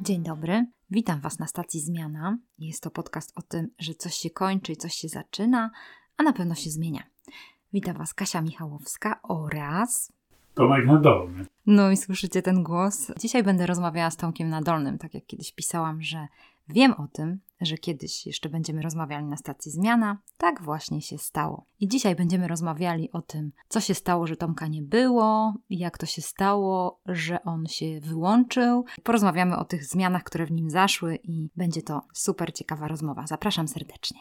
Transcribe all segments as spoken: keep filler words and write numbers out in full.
Dzień dobry, witam Was na stacji Zmiana. Jest to podcast o tym, że coś się kończy i coś się zaczyna, a na pewno się zmienia. Witam Was Kasia Michałowska oraz... Tomek Nadolny. No i słyszycie ten głos. Dzisiaj będę rozmawiała z Tomkiem Nadolnym, tak jak kiedyś pisałam, że wiem o tym, że kiedyś jeszcze będziemy rozmawiali na stacji Zmiana. Tak właśnie się stało. I dzisiaj będziemy rozmawiali o tym, co się stało, że Tomka nie było, jak to się stało, że on się wyłączył. Porozmawiamy o tych zmianach, które w nim zaszły i będzie to super ciekawa rozmowa. Zapraszam serdecznie.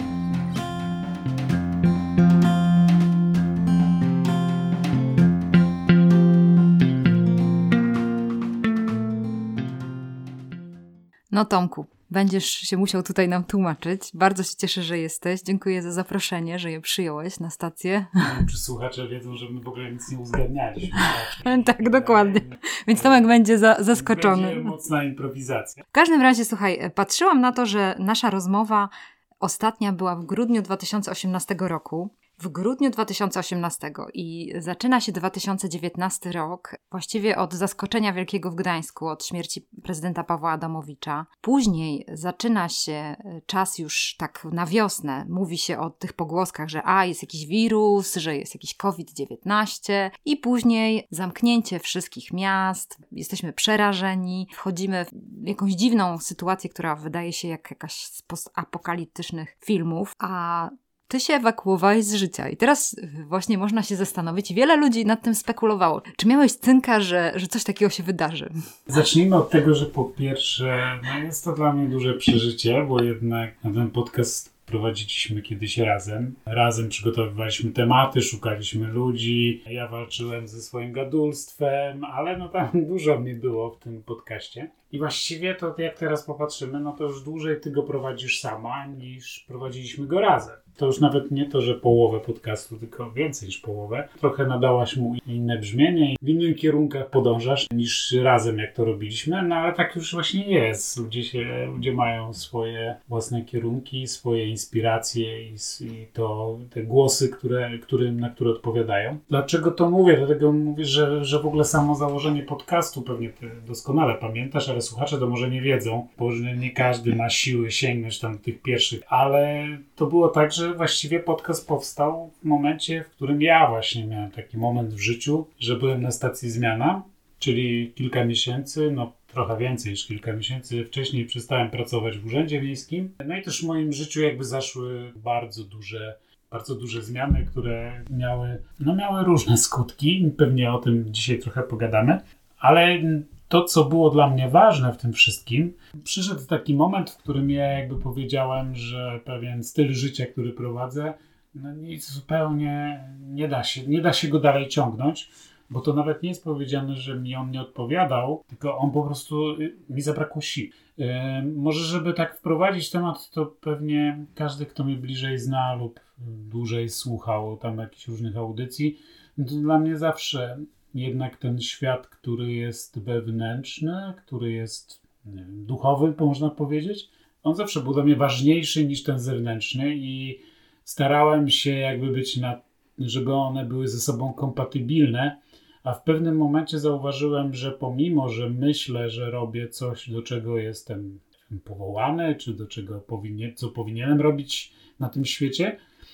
No Tomku, będziesz się musiał tutaj nam tłumaczyć. Bardzo się cieszę, że jesteś. Dziękuję za zaproszenie, że je przyjąłeś na stację. Nie wiem, czy słuchacze wiedzą, że my w ogóle nic nie uzgadnialiśmy. Tak, tak dokładnie. Więc Tomek będzie za, zaskoczony. Będzie mocna improwizacja. W każdym razie, słuchaj, patrzyłam na to, że nasza rozmowa ostatnia była w grudniu dwa tysiące osiemnastego roku. W grudniu dwa tysiące osiemnastego i zaczyna się dwa tysiące dziewiętnasty rok, właściwie od zaskoczenia wielkiego w Gdańsku, od śmierci prezydenta Pawła Adamowicza. Później zaczyna się czas już tak na wiosnę. Mówi się o tych pogłoskach, że a, jest jakiś wirus, że jest jakiś covid dziewiętnaście i później zamknięcie wszystkich miast. Jesteśmy przerażeni, wchodzimy w jakąś dziwną sytuację, która wydaje się jak jakaś z postapokaliptycznych filmów, a ty się ewakuowałeś z życia i teraz właśnie można się zastanowić, wiele ludzi nad tym spekulowało. Czy miałeś cynka, że, że coś takiego się wydarzy? Zacznijmy od tego, że po pierwsze, no jest to dla mnie duże przeżycie, bo jednak na ten podcast prowadziliśmy kiedyś razem. Razem przygotowywaliśmy tematy, szukaliśmy ludzi. Ja walczyłem ze swoim gadulstwem, ale no tam dużo mi było w tym podcaście. I właściwie to jak teraz popatrzymy, no to już dłużej ty go prowadzisz sama niż prowadziliśmy go razem. To już nawet nie to, że połowę podcastu, tylko więcej niż połowę. Trochę nadałaś mu inne brzmienie i w innych kierunkach podążasz niż razem, jak to robiliśmy, no ale tak już właśnie jest. Ludzie, się, ludzie mają swoje własne kierunki, swoje inspiracje i, i to te głosy, które, którym, na które odpowiadają. Dlaczego to mówię? Dlatego mówię, że, że w ogóle samo założenie podcastu, pewnie ty doskonale pamiętasz, ale słuchacze to może nie wiedzą, bo nie każdy ma siły sięgnąć tam do tych pierwszych, ale to było tak, że właściwie podcast powstał w momencie, w którym ja właśnie miałem taki moment w życiu, że byłem na stacji Zmiana, czyli kilka miesięcy, no trochę więcej niż kilka miesięcy wcześniej przestałem pracować w Urzędzie Miejskim. No i też w moim życiu jakby zaszły bardzo duże bardzo duże zmiany, które miały, no miały różne skutki. Pewnie o tym dzisiaj trochę pogadamy, ale to, co było dla mnie ważne w tym wszystkim, przyszedł taki moment, w którym ja jakby powiedziałem, że pewien styl życia, który prowadzę, no nic zupełnie nie da się, nie da się go dalej ciągnąć, bo to nawet nie jest powiedziane, że mi on nie odpowiadał, tylko on po prostu, mi zabrakło sił. Yy, może żeby tak wprowadzić temat, to pewnie każdy, kto mnie bliżej zna lub dłużej słuchał tam jakichś różnych audycji, no to dla mnie zawsze jednak ten świat, który jest wewnętrzny, który jest nie wiem, duchowy, można powiedzieć, on zawsze był dla mnie ważniejszy niż ten zewnętrzny i starałem się jakby być na, żeby one były ze sobą kompatybilne, a w pewnym momencie zauważyłem, że pomimo, że myślę, że robię coś, do czego jestem powołany, czy do czego powinien, co powinienem robić na tym świecie,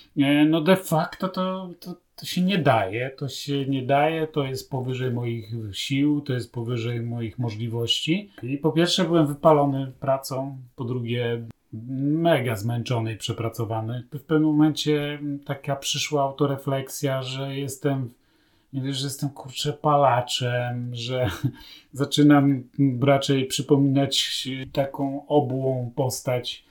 no de facto to, to, to się nie daje, to się nie daje, to jest powyżej moich sił, to jest powyżej moich możliwości. I po pierwsze byłem wypalony pracą, po drugie mega zmęczony i przepracowany. W pewnym momencie taka przyszła autorefleksja, że jestem, nie wiesz, że jestem kurczę palaczem, że zaczynam raczej przypominać taką obłą postać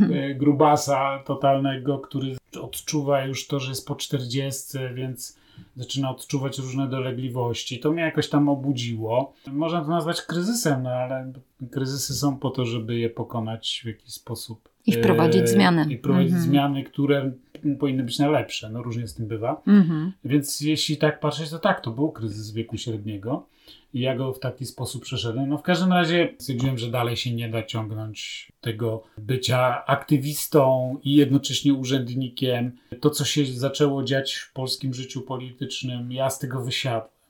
grubasa totalnego, który odczuwa już to, że jest po czterdziestce, więc zaczyna odczuwać różne dolegliwości. To mnie jakoś tam obudziło. Można to nazwać kryzysem, no ale kryzysy są po to, żeby je pokonać w jakiś sposób. I wprowadzić e, zmiany. I wprowadzić mhm. zmiany, które powinny być na lepsze. No różnie z tym bywa. Mhm. Więc jeśli tak patrzeć, to tak, to był kryzys wieku średniego. I ja go w taki sposób przeszedłem. No w każdym razie stwierdziłem, że dalej się nie da ciągnąć tego bycia aktywistą i jednocześnie urzędnikiem. To, co się zaczęło dziać w polskim życiu politycznym, ja z tego wysiadłem.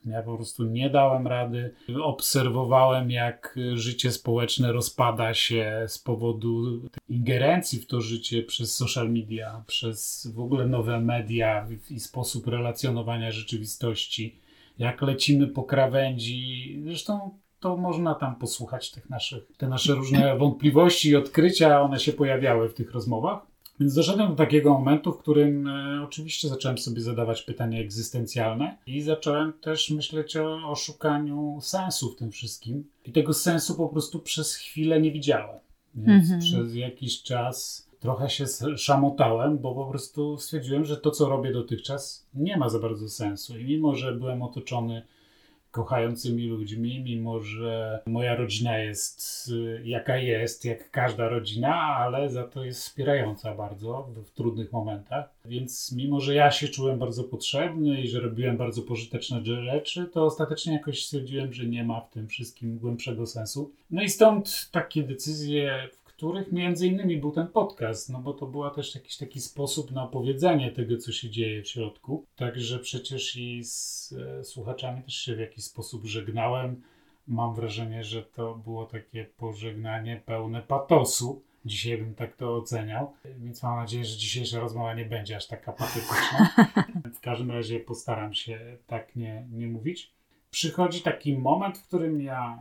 Ja po prostu nie dałem rady. Obserwowałem, jak życie społeczne rozpada się z powodu ingerencji w to życie przez social media, przez w ogóle nowe media i sposób relacjonowania rzeczywistości. Jak lecimy po krawędzi. Zresztą to można tam posłuchać tych naszych, te nasze różne wątpliwości i odkrycia. One się pojawiały w tych rozmowach. Więc doszedłem do takiego momentu, w którym e, oczywiście zacząłem sobie zadawać pytania egzystencjalne i zacząłem też myśleć o, o szukaniu sensu w tym wszystkim. I tego sensu po prostu przez chwilę nie widziałem. Więc mm-hmm. przez jakiś czas trochę się szamotałem, bo po prostu stwierdziłem, że to, co robię dotychczas, nie ma za bardzo sensu. I mimo, że byłem otoczony kochającymi ludźmi, mimo że moja rodzina jest jaka jest, jak każda rodzina, ale za to jest wspierająca bardzo w, w trudnych momentach. Więc mimo, że ja się czułem bardzo potrzebny i że robiłem bardzo pożyteczne rzeczy, to ostatecznie jakoś stwierdziłem, że nie ma w tym wszystkim głębszego sensu. No i stąd takie decyzje, w których między innymi był ten podcast, no bo to była też jakiś taki sposób na opowiedzenie tego, co się dzieje w środku. Także przecież i z e, słuchaczami też się w jakiś sposób żegnałem. Mam wrażenie, że to było takie pożegnanie pełne patosu. Dzisiaj bym tak to oceniał, więc mam nadzieję, że dzisiejsza rozmowa nie będzie aż taka patetyczna. W każdym razie postaram się tak nie, nie mówić. Przychodzi taki moment, w którym ja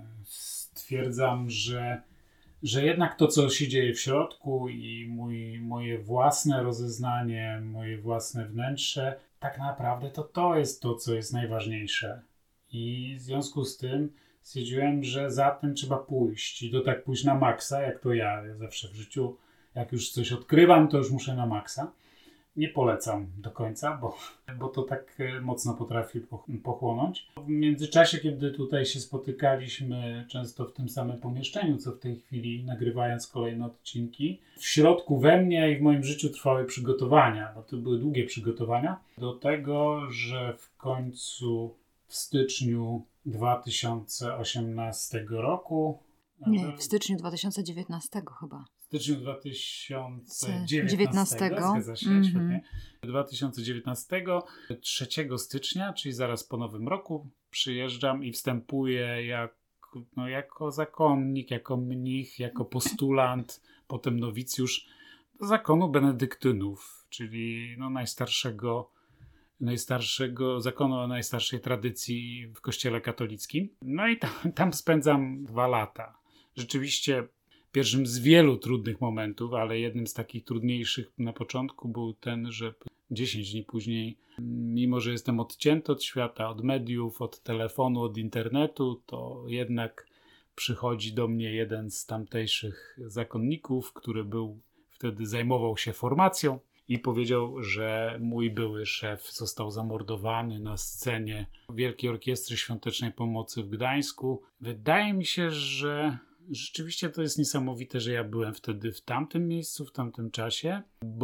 stwierdzam, że że jednak to, co się dzieje w środku i mój, moje własne rozeznanie, moje własne wnętrze, tak naprawdę to to jest to, co jest najważniejsze. I w związku z tym stwierdziłem, że za tym trzeba pójść i to tak pójść na maksa, jak to ja, ja zawsze w życiu, jak już coś odkrywam, to już muszę na maksa. Nie polecam do końca, bo, bo to tak mocno potrafi pochłonąć. W międzyczasie, kiedy tutaj się spotykaliśmy często w tym samym pomieszczeniu, co w tej chwili, nagrywając kolejne odcinki, w środku we mnie i w moim życiu trwały przygotowania, bo to były długie przygotowania, do tego, że w końcu w styczniu dwa tysiące osiemnastego roku... Nie, w styczniu dwa tysiące dziewiętnastego chyba. W styczniu dwa tysiące dziewiętnastego, zgadza się, mm-hmm. świetnie. dwa tysiące dziewiętnastego, trzeciego stycznia, czyli zaraz po Nowym Roku, przyjeżdżam i wstępuję jak, no, jako zakonnik, jako mnich, jako postulant, potem nowicjusz do zakonu benedyktynów, czyli no, najstarszego, najstarszego zakonu o najstarszej tradycji w Kościele katolickim. No i tam, tam spędzam dwa lata. Rzeczywiście pierwszym z wielu trudnych momentów, ale jednym z takich trudniejszych na początku był ten, że dziesięć dni później, mimo że jestem odcięty od świata, od mediów, od telefonu, od internetu, to jednak przychodzi do mnie jeden z tamtejszych zakonników, który był wtedy zajmował się formacją i powiedział, że mój były szef został zamordowany na scenie Wielkiej Orkiestry Świątecznej Pomocy w Gdańsku. Wydaje mi się, że rzeczywiście to jest niesamowite, że ja byłem wtedy w tamtym miejscu, w tamtym czasie,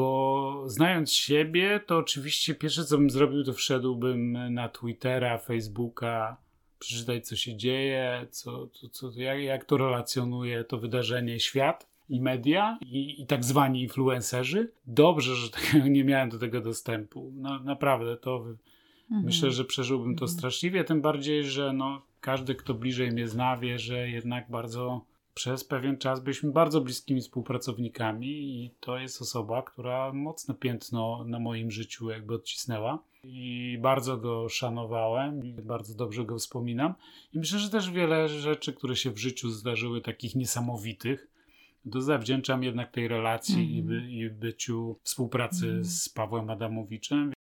bo znając siebie, to oczywiście pierwsze, co bym zrobił, to wszedłbym na Twittera, Facebooka, przeczytać, co się dzieje, co, co, co, jak, jak to relacjonuje to wydarzenie świat i media i, i tak zwani influencerzy. Dobrze, że tego, nie miałem do tego dostępu. No, naprawdę, to mhm. myślę, że przeżyłbym to mhm. straszliwie, tym bardziej, że no, każdy, kto bliżej mnie zna, wie, że jednak bardzo przez pewien czas byliśmy bardzo bliskimi współpracownikami i to jest osoba, która mocne piętno na moim życiu jakby odcisnęła i bardzo go szanowałem i bardzo dobrze go wspominam i myślę, że też wiele rzeczy, które się w życiu zdarzyły takich niesamowitych, to zawdzięczam jednak tej relacji mm-hmm. i, by, i byciu współpracy mm-hmm. z Pawłem Adamowiczem.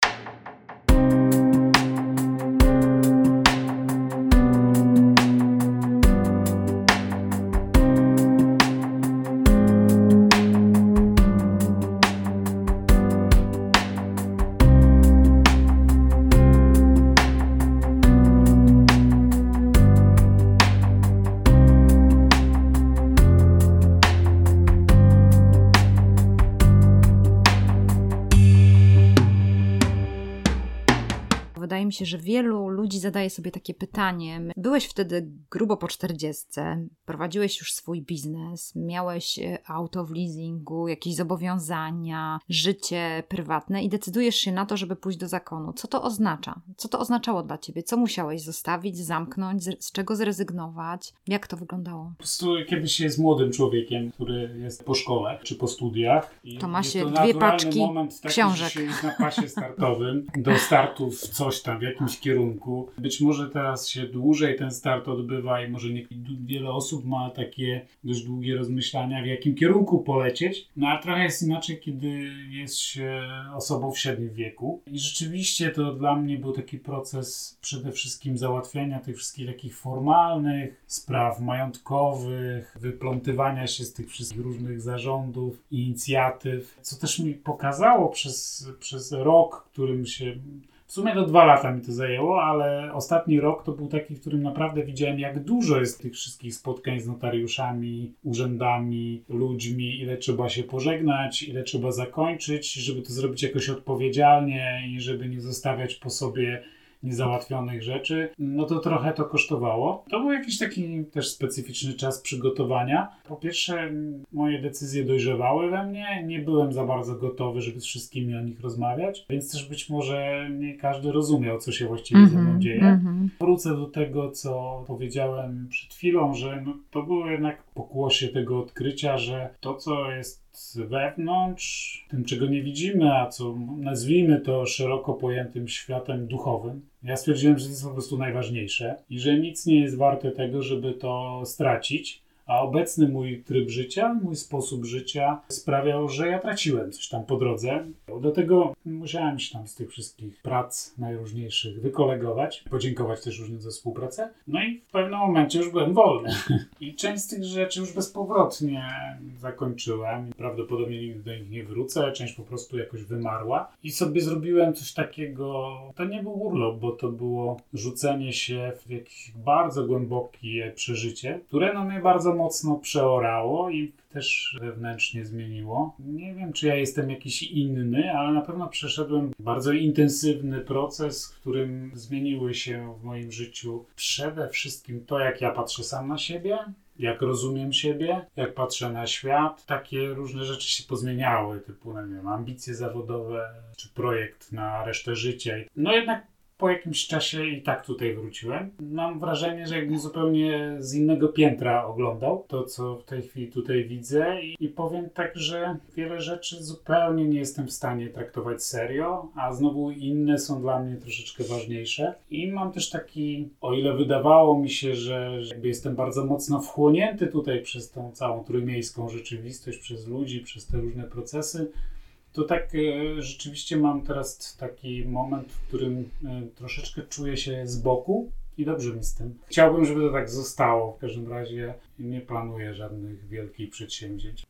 mi się, że wielu ludzi zadaje sobie takie pytanie. Byłeś wtedy grubo po czterdziestce, prowadziłeś już swój biznes, miałeś auto w leasingu, jakieś zobowiązania, życie prywatne i decydujesz się na to, żeby pójść do zakonu. Co to oznacza? Co to oznaczało dla ciebie? Co musiałeś zostawić, zamknąć, z, z czego zrezygnować? Jak to wyglądało? Po prostu kiedy się jest młodym człowiekiem, który jest po szkole czy po studiach. I to ma się to dwie paczki moment taki, książek. Że się jest na pasie startowym do startu w coś tam, w jakimś kierunku. Być może teraz się dłużej ten start odbywa i może nie, wiele osób ma takie dość długie rozmyślania, w jakim kierunku polecieć. No a trochę jest inaczej, kiedy jest się osobą w średnim wieku. I rzeczywiście to dla mnie był taki proces przede wszystkim załatwiania tych wszystkich takich formalnych spraw majątkowych, wyplątywania się z tych wszystkich różnych zarządów, inicjatyw, co też mi pokazało przez, przez rok, którym się... W sumie do dwa lata mi to zajęło, ale ostatni rok to był taki, w którym naprawdę widziałem, jak dużo jest tych wszystkich spotkań z notariuszami, urzędami, ludźmi, ile trzeba się pożegnać, ile trzeba zakończyć, żeby to zrobić jakoś odpowiedzialnie i żeby nie zostawiać po sobie niezałatwionych rzeczy, no to trochę to kosztowało. To był jakiś taki też specyficzny czas przygotowania. Po pierwsze, moje decyzje dojrzewały we mnie, nie byłem za bardzo gotowy, żeby z wszystkimi o nich rozmawiać, więc też być może nie każdy rozumiał, co się właściwie mm-hmm, ze mną dzieje. Mm-hmm. Wrócę do tego, co powiedziałem przed chwilą, że no, to było jednak pokłosie tego odkrycia, że to, co jest wewnątrz, tym, czego nie widzimy, a co nazwijmy to szeroko pojętym światem duchowym. Ja stwierdziłem, że to jest po prostu najważniejsze i że nic nie jest warte tego, żeby to stracić. A obecny mój tryb życia, mój sposób życia sprawiał, że ja traciłem coś tam po drodze. Do tego musiałem się tam z tych wszystkich prac najróżniejszych wykolegować, podziękować też różnym za współpracę. No i w pewnym momencie już byłem wolny. I część z tych rzeczy już bezpowrotnie zakończyłem. Prawdopodobnie nigdy do nich nie wrócę, część po prostu jakoś wymarła. I sobie zrobiłem coś takiego, to nie był urlop, bo to było rzucenie się w jakieś bardzo głębokie przeżycie, które no mnie bardzo mocno przeorało i też wewnętrznie zmieniło. Nie wiem, czy ja jestem jakiś inny, ale na pewno przeszedłem bardzo intensywny proces, w którym zmieniły się w moim życiu przede wszystkim to, jak ja patrzę sam na siebie, jak rozumiem siebie, jak patrzę na świat. Takie różne rzeczy się pozmieniały, typu, nie wiem, ambicje zawodowe, czy projekt na resztę życia. No jednak po jakimś czasie i tak tutaj wróciłem. Mam wrażenie, że jakbym zupełnie z innego piętra oglądał to, co w tej chwili tutaj widzę i, i powiem tak, że wiele rzeczy zupełnie nie jestem w stanie traktować serio, a znowu inne są dla mnie troszeczkę ważniejsze. I mam też taki, o ile wydawało mi się, że, że jakby jestem bardzo mocno wchłonięty tutaj przez tą całą trójmiejską rzeczywistość, przez ludzi, przez te różne procesy, to tak e, rzeczywiście mam teraz taki moment, w którym e, troszeczkę czuję się z boku i dobrze mi z tym. Chciałbym, żeby to tak zostało. W każdym razie nie planuję żadnych wielkich przedsięwzięć.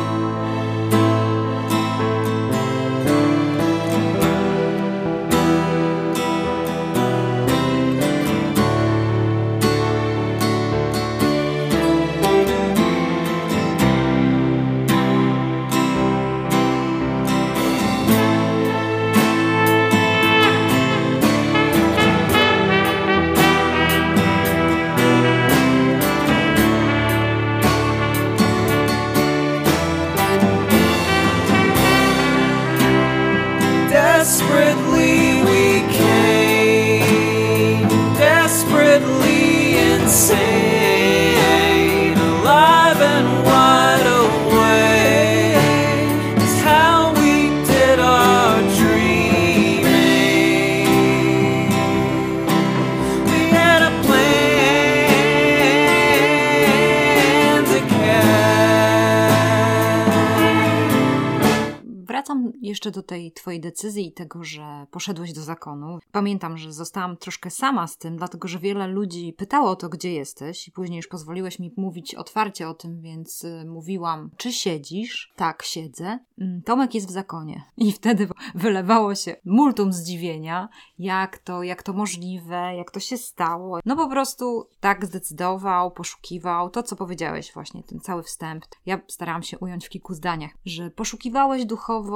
Jeszcze do tej twojej decyzji i tego, że poszedłeś do zakonu. Pamiętam, że zostałam troszkę sama z tym, dlatego że wiele ludzi pytało o to, gdzie jesteś i później już pozwoliłeś mi mówić otwarcie o tym, więc y, mówiłam, czy siedzisz? Tak, siedzę. Tomek jest w zakonie. I wtedy wylewało się multum zdziwienia, jak to, jak to możliwe, jak to się stało. No po prostu tak zdecydował, poszukiwał. To, co powiedziałeś właśnie, ten cały wstęp. Ja starałam się ująć w kilku zdaniach, że poszukiwałeś duchowo i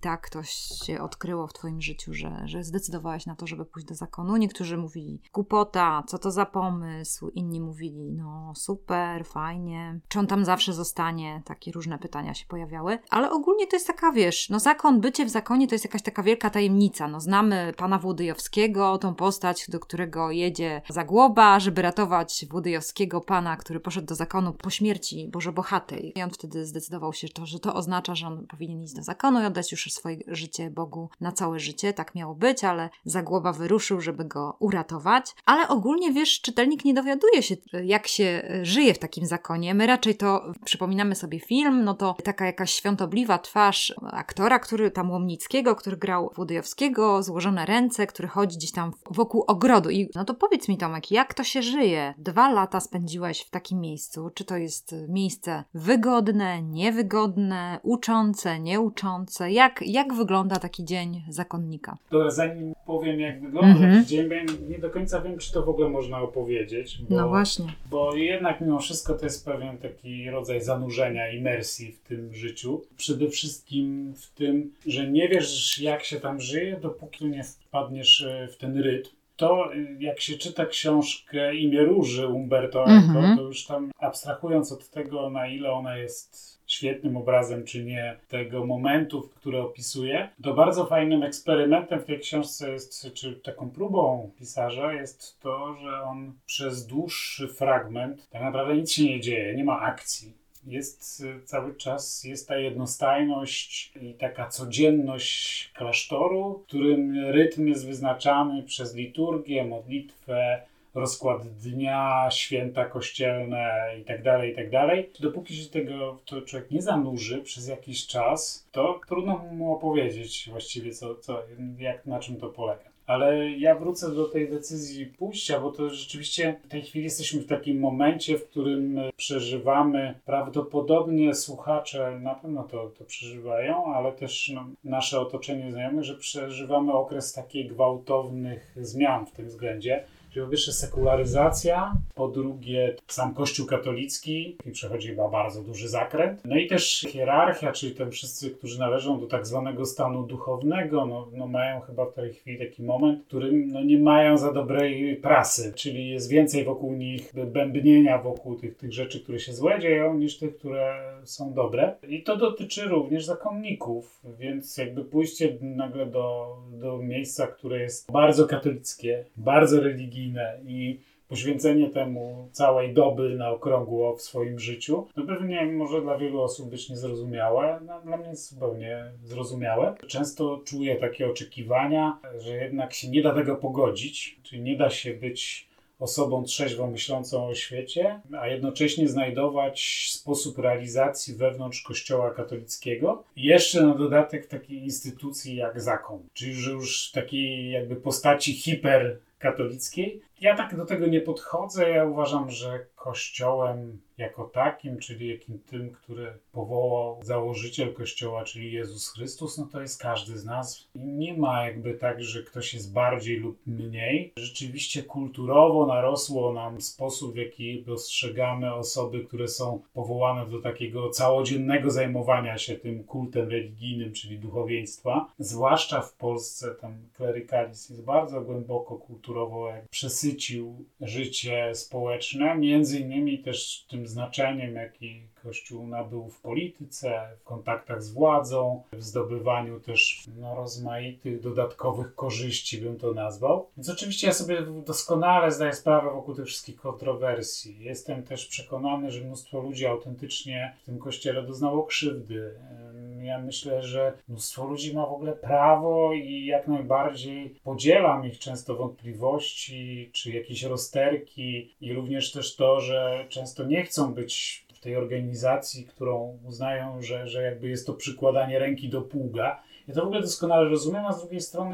tak ktoś się odkryło w twoim życiu, że, że zdecydowałeś na to, żeby pójść do zakonu. Niektórzy mówili głupota, co to za pomysł, inni mówili no super, fajnie, czy on tam zawsze zostanie, takie różne pytania się pojawiały, ale ogólnie to jest taka, wiesz, no zakon, bycie w zakonie to jest jakaś taka wielka tajemnica, no znamy pana Włodyjowskiego, tą postać, do którego jedzie Zagłoba, żeby ratować Włodyjowskiego pana, który poszedł do zakonu po śmierci Boże Bohatej. I on wtedy zdecydował się, to, że to oznacza, że on powinien iść do zakonu i oddać już swoje życie Bogu na całe życie. Tak miało być, ale Zagłoba wyruszył, żeby go uratować. Ale ogólnie, wiesz, czytelnik nie dowiaduje się, jak się żyje w takim zakonie. My raczej to, przypominamy sobie film, no to taka jakaś świątobliwa twarz aktora, który tam Łomnickiego, który grał Włodyjowskiego, złożone ręce, który chodzi gdzieś tam wokół ogrodu. I no to powiedz mi, Tomek, jak to się żyje? Dwa lata spędziłeś w takim miejscu. Czy to jest miejsce wygodne, niewygodne, uczące, nieuczące? Jak, jak wygląda taki dzień zakonnika? Dobra, zanim powiem, jak wygląda Mhm. taki dzień, nie do końca wiem, czy to w ogóle można opowiedzieć. Bo, No właśnie. Bo jednak mimo wszystko to jest pewien taki rodzaj zanurzenia, imersji w tym życiu. Przede wszystkim w tym, że nie wiesz, jak się tam żyje, dopóki nie wpadniesz w ten rytm. To, jak się czyta książkę Imię Róży Umberto Eco, Mhm. to już tam abstrahując od tego, na ile ona jest świetnym obrazem, czy nie, tego momentu, który opisuje, to bardzo fajnym eksperymentem w tej książce jest, czy taką próbą pisarza jest to, że on przez dłuższy fragment tak naprawdę nic się nie dzieje, nie ma akcji. Jest cały czas, jest ta jednostajność i taka codzienność klasztoru, w którym rytm jest wyznaczany przez liturgię, modlitwę, rozkład dnia, święta kościelne i tak dalej, i tak dalej. Dopóki się tego to człowiek nie zanurzy przez jakiś czas, to trudno mu opowiedzieć właściwie, co, co, jak, na czym to polega. Ale ja wrócę do tej decyzji pójścia, bo to rzeczywiście w tej chwili jesteśmy w takim momencie, w którym przeżywamy, prawdopodobnie słuchacze na pewno to, to przeżywają, ale też no, nasze otoczenie znajomych, że przeżywamy okres takich gwałtownych zmian w tym względzie. Czyli po pierwsze sekularyzacja, po drugie sam Kościół katolicki, i przechodzi chyba bardzo duży zakręt. No i też hierarchia, czyli tam wszyscy, którzy należą do tak zwanego stanu duchownego, no, no mają chyba w tej chwili taki moment, w którym no, nie mają za dobrej prasy, czyli jest więcej wokół nich bębnienia wokół tych, tych rzeczy, które się złe dzieją, niż tych, które są dobre. I to dotyczy również zakonników, więc jakby pójście nagle do, do miejsca, które jest bardzo katolickie, bardzo religijne, i poświęcenie temu całej doby na okrągło w swoim życiu, to pewnie może dla wielu osób być niezrozumiałe, no, dla mnie jest zupełnie zrozumiałe. Często czuję takie oczekiwania, że jednak się nie da tego pogodzić, czyli nie da się być osobą trzeźwo myślącą o świecie, a jednocześnie znajdować sposób realizacji wewnątrz Kościoła katolickiego i jeszcze na dodatek takiej instytucji jak zakon, czyli że już takiej jakby postaci hiperkatolickiej. Ja tak do tego nie podchodzę. Ja uważam, że Kościołem jako takim, czyli jakim tym, który powołał założyciel Kościoła, czyli Jezus Chrystus, no to jest każdy z nas. I nie ma jakby tak, że ktoś jest bardziej lub mniej. Rzeczywiście kulturowo narosło nam sposób, w jaki dostrzegamy osoby, które są powołane do takiego całodziennego zajmowania się tym kultem religijnym, czyli duchowieństwa. Zwłaszcza w Polsce tam klerykalizm jest bardzo głęboko kulturowo jak przesycił życie społeczne, między innymi też tym znaczeniem, jaki Kościół nabył w polityce, w kontaktach z władzą, w zdobywaniu też no, rozmaitych dodatkowych korzyści, bym to nazwał. Więc oczywiście ja sobie doskonale zdaję sprawę wokół tych wszystkich kontrowersji. Jestem też przekonany, że mnóstwo ludzi autentycznie w tym Kościele doznało krzywdy. Ja myślę, że mnóstwo ludzi ma w ogóle prawo i jak najbardziej podzielam ich często wątpliwości, czy jakieś rozterki i również też to, że często nie chcą być w tej organizacji, którą uznają, że, że jakby jest to przykładanie ręki do pługa. Ja to w ogóle doskonale rozumiem, a z drugiej strony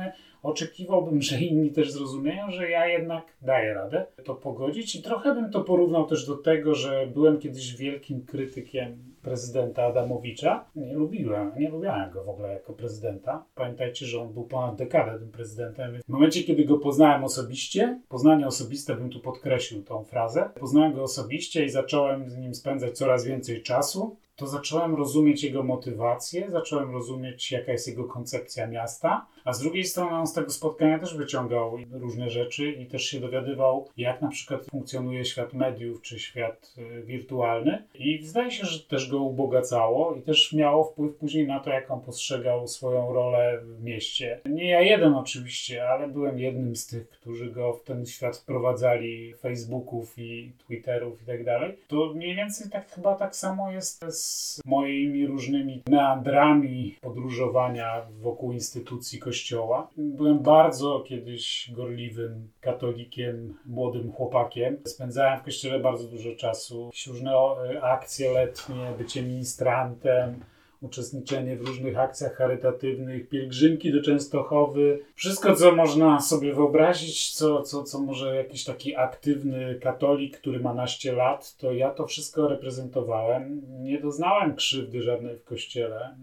oczekiwałbym, że inni też zrozumieją, że ja jednak daję radę to pogodzić i trochę bym to porównał też do tego, że byłem kiedyś wielkim krytykiem prezydenta Adamowicza. Nie lubiłem, nie lubiałem go w ogóle jako prezydenta. Pamiętajcie, że on był ponad dekadę tym prezydentem. W momencie, kiedy go poznałem osobiście, poznanie osobiste bym tu podkreślił tą frazę, poznałem go osobiście i zacząłem z nim spędzać coraz więcej czasu, to zacząłem rozumieć jego motywację, zacząłem rozumieć, jaka jest jego koncepcja miasta, a z drugiej strony on z tego spotkania też wyciągał różne rzeczy i też się dowiadywał, jak na przykład funkcjonuje świat mediów czy świat y, wirtualny i zdaje się, że też go ubogacało i też miało wpływ później na to, jak on postrzegał swoją rolę w mieście. Nie ja jeden oczywiście, ale byłem jednym z tych, którzy go w ten świat wprowadzali, Facebooków i Twitterów i tak dalej. To mniej więcej tak chyba tak samo jest z moimi różnymi meandrami podróżowania wokół instytucji Kościoła. Byłem bardzo kiedyś gorliwym katolikiem, młodym chłopakiem. Spędzałem w kościele bardzo dużo czasu. Różne akcje letnie, bycie ministrantem, uczestniczenie w różnych akcjach charytatywnych, pielgrzymki do Częstochowy. Wszystko, co można sobie wyobrazić, co, co, co może jakiś taki aktywny katolik, który ma naście lat, to ja to wszystko reprezentowałem. Nie doznałem krzywdy żadnej w kościele,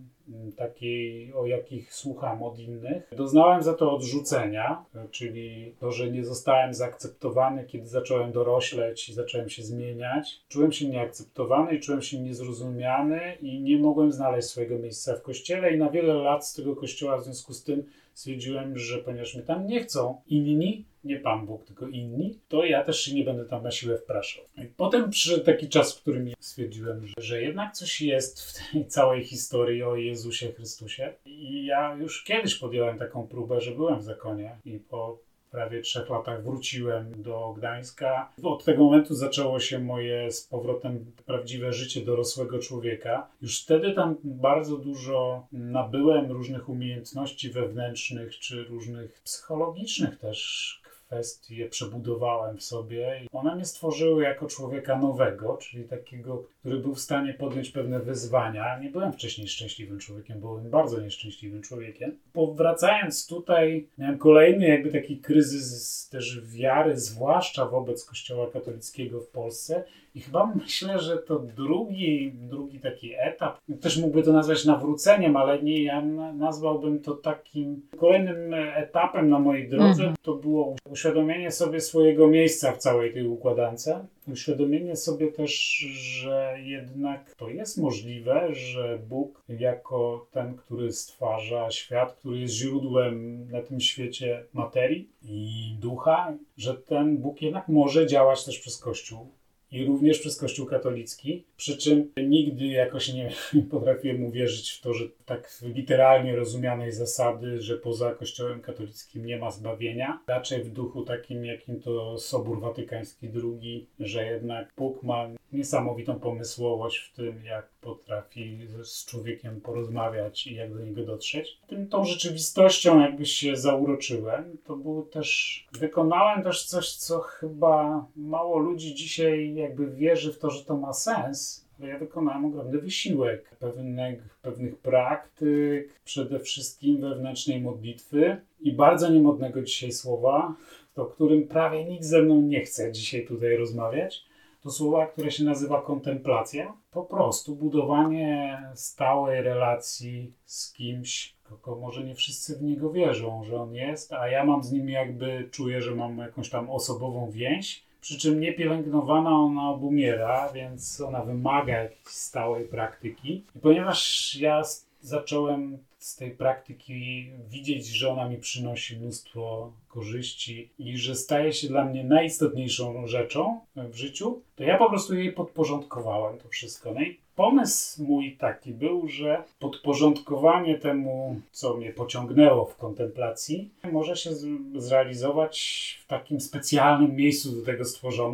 takiej, o jakich słucham od innych. Doznałem za to odrzucenia, czyli to, że nie zostałem zaakceptowany, kiedy zacząłem dorośleć i zacząłem się zmieniać. Czułem się nieakceptowany i czułem się niezrozumiany i nie mogłem znaleźć swojego miejsca w kościele i na wiele lat z tego kościoła w związku z tym stwierdziłem, że ponieważ mnie tam nie chcą inni, nie Pan Bóg, tylko inni, to ja też się nie będę tam na siłę wpraszał. I potem przyszedł taki czas, w którym stwierdziłem, że, że jednak coś jest w tej całej historii o Jezusie Chrystusie. I ja już kiedyś podjąłem taką próbę, że byłem w zakonie i po prawie trzech latach wróciłem do Gdańska. Od tego momentu zaczęło się moje z powrotem prawdziwe życie dorosłego człowieka. Już wtedy tam bardzo dużo nabyłem różnych umiejętności wewnętrznych, czy różnych psychologicznych też kwestie przebudowałem w sobie i one mnie stworzyły jako człowieka nowego, czyli takiego, który był w stanie podjąć pewne wyzwania. Nie byłem wcześniej szczęśliwym człowiekiem, byłem bardzo nieszczęśliwym człowiekiem. Powracając tutaj, miałem kolejny jakby taki kryzys też wiary, zwłaszcza wobec Kościoła katolickiego w Polsce. I chyba myślę, że to drugi, drugi taki etap, też mógłby to nazwać nawróceniem, ale nie, ja nazwałbym to takim kolejnym etapem na mojej drodze. Mm. To było uświadomienie sobie swojego miejsca w całej tej układance. Uświadomienie sobie też, że jednak to jest możliwe, że Bóg jako ten, który stwarza świat, który jest źródłem na tym świecie materii i ducha, że ten Bóg jednak może działać też przez Kościół. I również przez Kościół katolicki, przy czym nigdy jakoś nie potrafiłem uwierzyć w to, że tak literalnie rozumianej zasady, że poza Kościołem katolickim nie ma zbawienia. Raczej w duchu takim, jakim to Sobór Watykański drugi, że jednak Bóg ma niesamowitą pomysłowość w tym, jak potrafi z człowiekiem porozmawiać i jak do niego dotrzeć. Tym, tą rzeczywistością jakby się zauroczyłem. To było też, wykonałem też coś, co chyba mało ludzi dzisiaj jakby wierzy w to, że to ma sens. Ale ja wykonałem ogromny wysiłek pewnych, pewnych praktyk, przede wszystkim wewnętrznej modlitwy i bardzo niemodnego dzisiaj słowa, o którym prawie nikt ze mną nie chce dzisiaj tutaj rozmawiać. To słowa, które się nazywa kontemplacja. Po prostu budowanie stałej relacji z kimś, tylko może nie wszyscy w niego wierzą, że on jest, a ja mam z nim jakby, czuję, że mam jakąś tam osobową więź, przy czym niepielęgnowana ona obumiera, więc ona wymaga jakiejś stałej praktyki. I ponieważ ja zacząłem z tej praktyki widzieć, że ona mi przynosi mnóstwo korzyści i że staje się dla mnie najistotniejszą rzeczą w życiu, to ja po prostu jej podporządkowałem to wszystko. No i pomysł mój taki był, że podporządkowanie temu, co mnie pociągnęło w kontemplacji, może się z- zrealizować w takim specjalnym miejscu do tego stworzonym,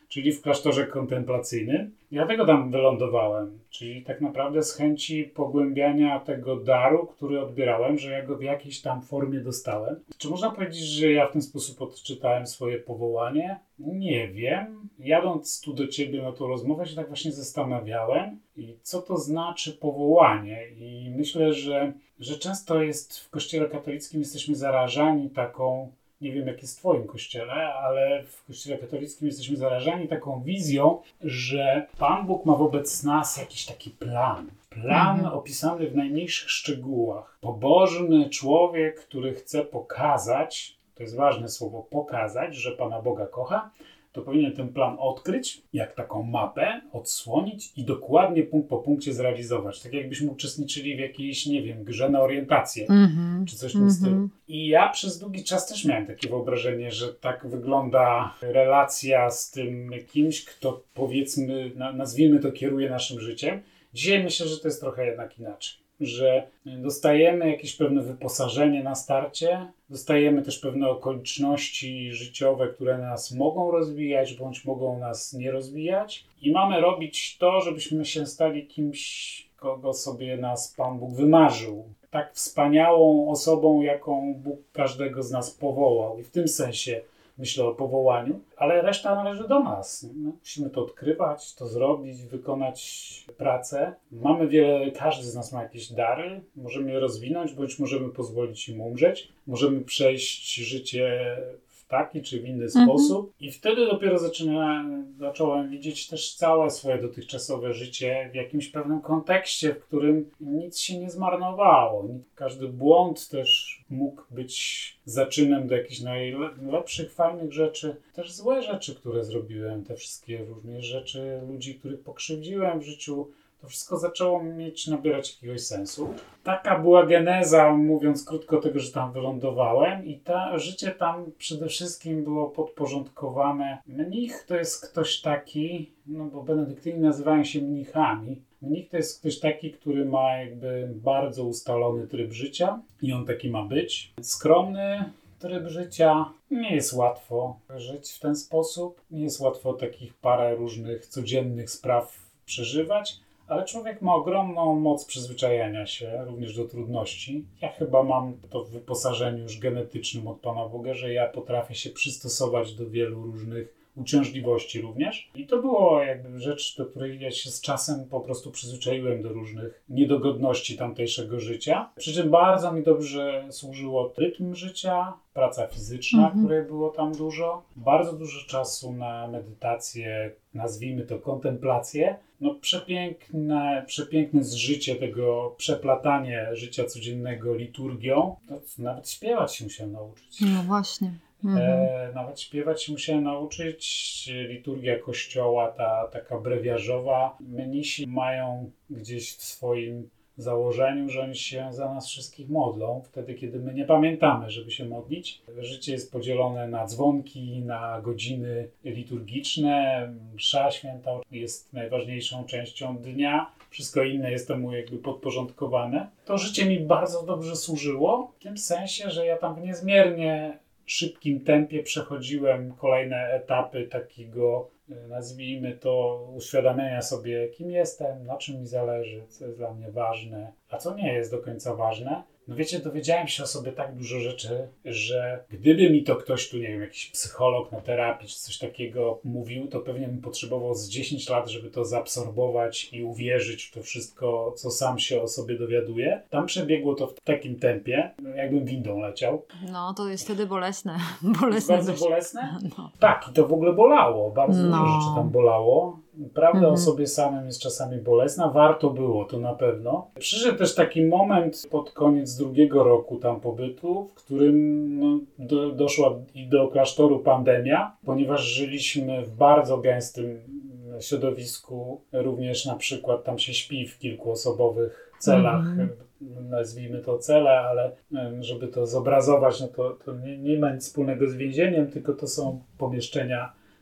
czyli w klasztorze kontemplacyjnym. Dlatego tam wylądowałem, czyli tak naprawdę z chęci pogłębiania tego daru, który odbierałem, że ja go w jakiejś tam formie dostałem. Czy można powiedzieć, że ja w ten sposób odczytałem swoje powołanie? Nie wiem. Jadąc tu do ciebie na tą rozmowę się tak właśnie zastanawiałem, i co to znaczy powołanie. I myślę, że, że często jest w Kościele katolickim jesteśmy zarażani taką, nie wiem jak jest w twoim kościele, ale w Kościele katolickim jesteśmy zarażani taką wizją, że Pan Bóg ma wobec nas jakiś taki plan. Plan mhm. opisany w najmniejszych szczegółach. Pobożny człowiek, który chce pokazać, to jest ważne słowo, pokazać, że Pana Boga kocha, to powinien ten plan odkryć, jak taką mapę, odsłonić i dokładnie punkt po punkcie zrealizować. Tak jakbyśmy uczestniczyli w jakiejś, nie wiem, grze na orientację, mm-hmm. czy coś w tym mm-hmm. stylu. I ja przez długi czas też miałem takie wyobrażenie, że tak wygląda relacja z tym kimś, kto powiedzmy, nazwijmy to, kieruje naszym życiem. Dzisiaj myślę, że to jest trochę jednak inaczej. Że dostajemy jakieś pewne wyposażenie na starcie, dostajemy też pewne okoliczności życiowe, które nas mogą rozwijać, bądź mogą nas nie rozwijać i mamy robić to, żebyśmy się stali kimś, kogo sobie nas Pan Bóg wymarzył. Tak wspaniałą osobą, jaką Bóg każdego z nas powołał i w tym sensie myślę o powołaniu, ale reszta należy do nas. No, musimy to odkrywać, to zrobić, wykonać pracę. Mamy wiele, każdy z nas ma jakieś dary, możemy je rozwinąć, bądź możemy pozwolić im umrzeć. Możemy przejść życie w taki czy w inny mhm. sposób i wtedy dopiero zaczyna, zacząłem widzieć też całe swoje dotychczasowe życie w jakimś pewnym kontekście, w którym nic się nie zmarnowało. Każdy błąd też mógł być zaczynem do jakichś najlepszych, fajnych rzeczy. Też złe rzeczy, które zrobiłem, te wszystkie różne rzeczy, ludzi, których pokrzywdziłem w życiu, to wszystko zaczęło mieć, nabierać jakiegoś sensu. Taka była geneza, mówiąc krótko, tego, że tam wylądowałem i ta, życie tam przede wszystkim było podporządkowane. Mnich to jest ktoś taki, no bo benedyktyni nazywają się mnichami. Mnich to jest ktoś taki, który ma jakby bardzo ustalony tryb życia i on taki ma być. Skromny tryb życia. Nie jest łatwo żyć w ten sposób. Nie jest łatwo takich parę różnych codziennych spraw przeżywać. Ale człowiek ma ogromną moc przyzwyczajania się również do trudności. Ja chyba mam to w wyposażeniu już genetycznym od Pana Boga, że ja potrafię się przystosować do wielu różnych uciążliwości również. I to było jakby rzecz, do której ja się z czasem po prostu przyzwyczaiłem do różnych niedogodności tamtejszego życia. Przy czym bardzo mi dobrze służyło rytm życia, praca fizyczna, mhm. której było tam dużo. Bardzo dużo czasu na medytację, nazwijmy to kontemplację. No przepiękne, przepiękne zżycie tego, przeplatanie życia codziennego liturgią. No, nawet śpiewać się musiałem nauczyć. No właśnie. Mhm. E, nawet śpiewać się musiałem nauczyć. Liturgia kościoła, ta taka brewiarzowa. Mnisi mają gdzieś w swoim założeniu, że oni się za nas wszystkich modlą, wtedy kiedy my nie pamiętamy, żeby się modlić. Życie jest podzielone na dzwonki, na godziny liturgiczne. Msza święta jest najważniejszą częścią dnia. Wszystko inne jest temu jakby podporządkowane. To życie mi bardzo dobrze służyło, w tym sensie, że ja tam w niezmiernie szybkim tempie przechodziłem kolejne etapy takiego, nazwijmy to, uświadamiania sobie, kim jestem, na czym mi zależy, co jest dla mnie ważne, a co nie jest do końca ważne. No wiecie, dowiedziałem się o sobie tak dużo rzeczy, że gdyby mi to ktoś tu, nie wiem, jakiś psycholog na terapii czy coś takiego mówił, to pewnie bym potrzebował z dziesięć lat, żeby to zaabsorbować i uwierzyć w to wszystko, co sam się o sobie dowiaduję. Tam przebiegło to w takim tempie, jakbym windą leciał. No, to jest wtedy bolesne. bolesne jest bardzo coś. bolesne? No. Tak, i to w ogóle bolało. Bardzo no. dużo rzeczy tam bolało. Prawda mhm. o sobie samym jest czasami bolesna. Warto było, to na pewno. Przyszedł też taki moment pod koniec drugiego roku tam pobytu, w którym no, do, doszła i do klasztoru pandemia, ponieważ żyliśmy w bardzo gęstym środowisku. Również na przykład tam się śpi w kilkuosobowych celach. Mhm. Nazwijmy to cele, ale żeby to zobrazować, no to, to nie, nie ma nic wspólnego z więzieniem, tylko to są pomieszczenia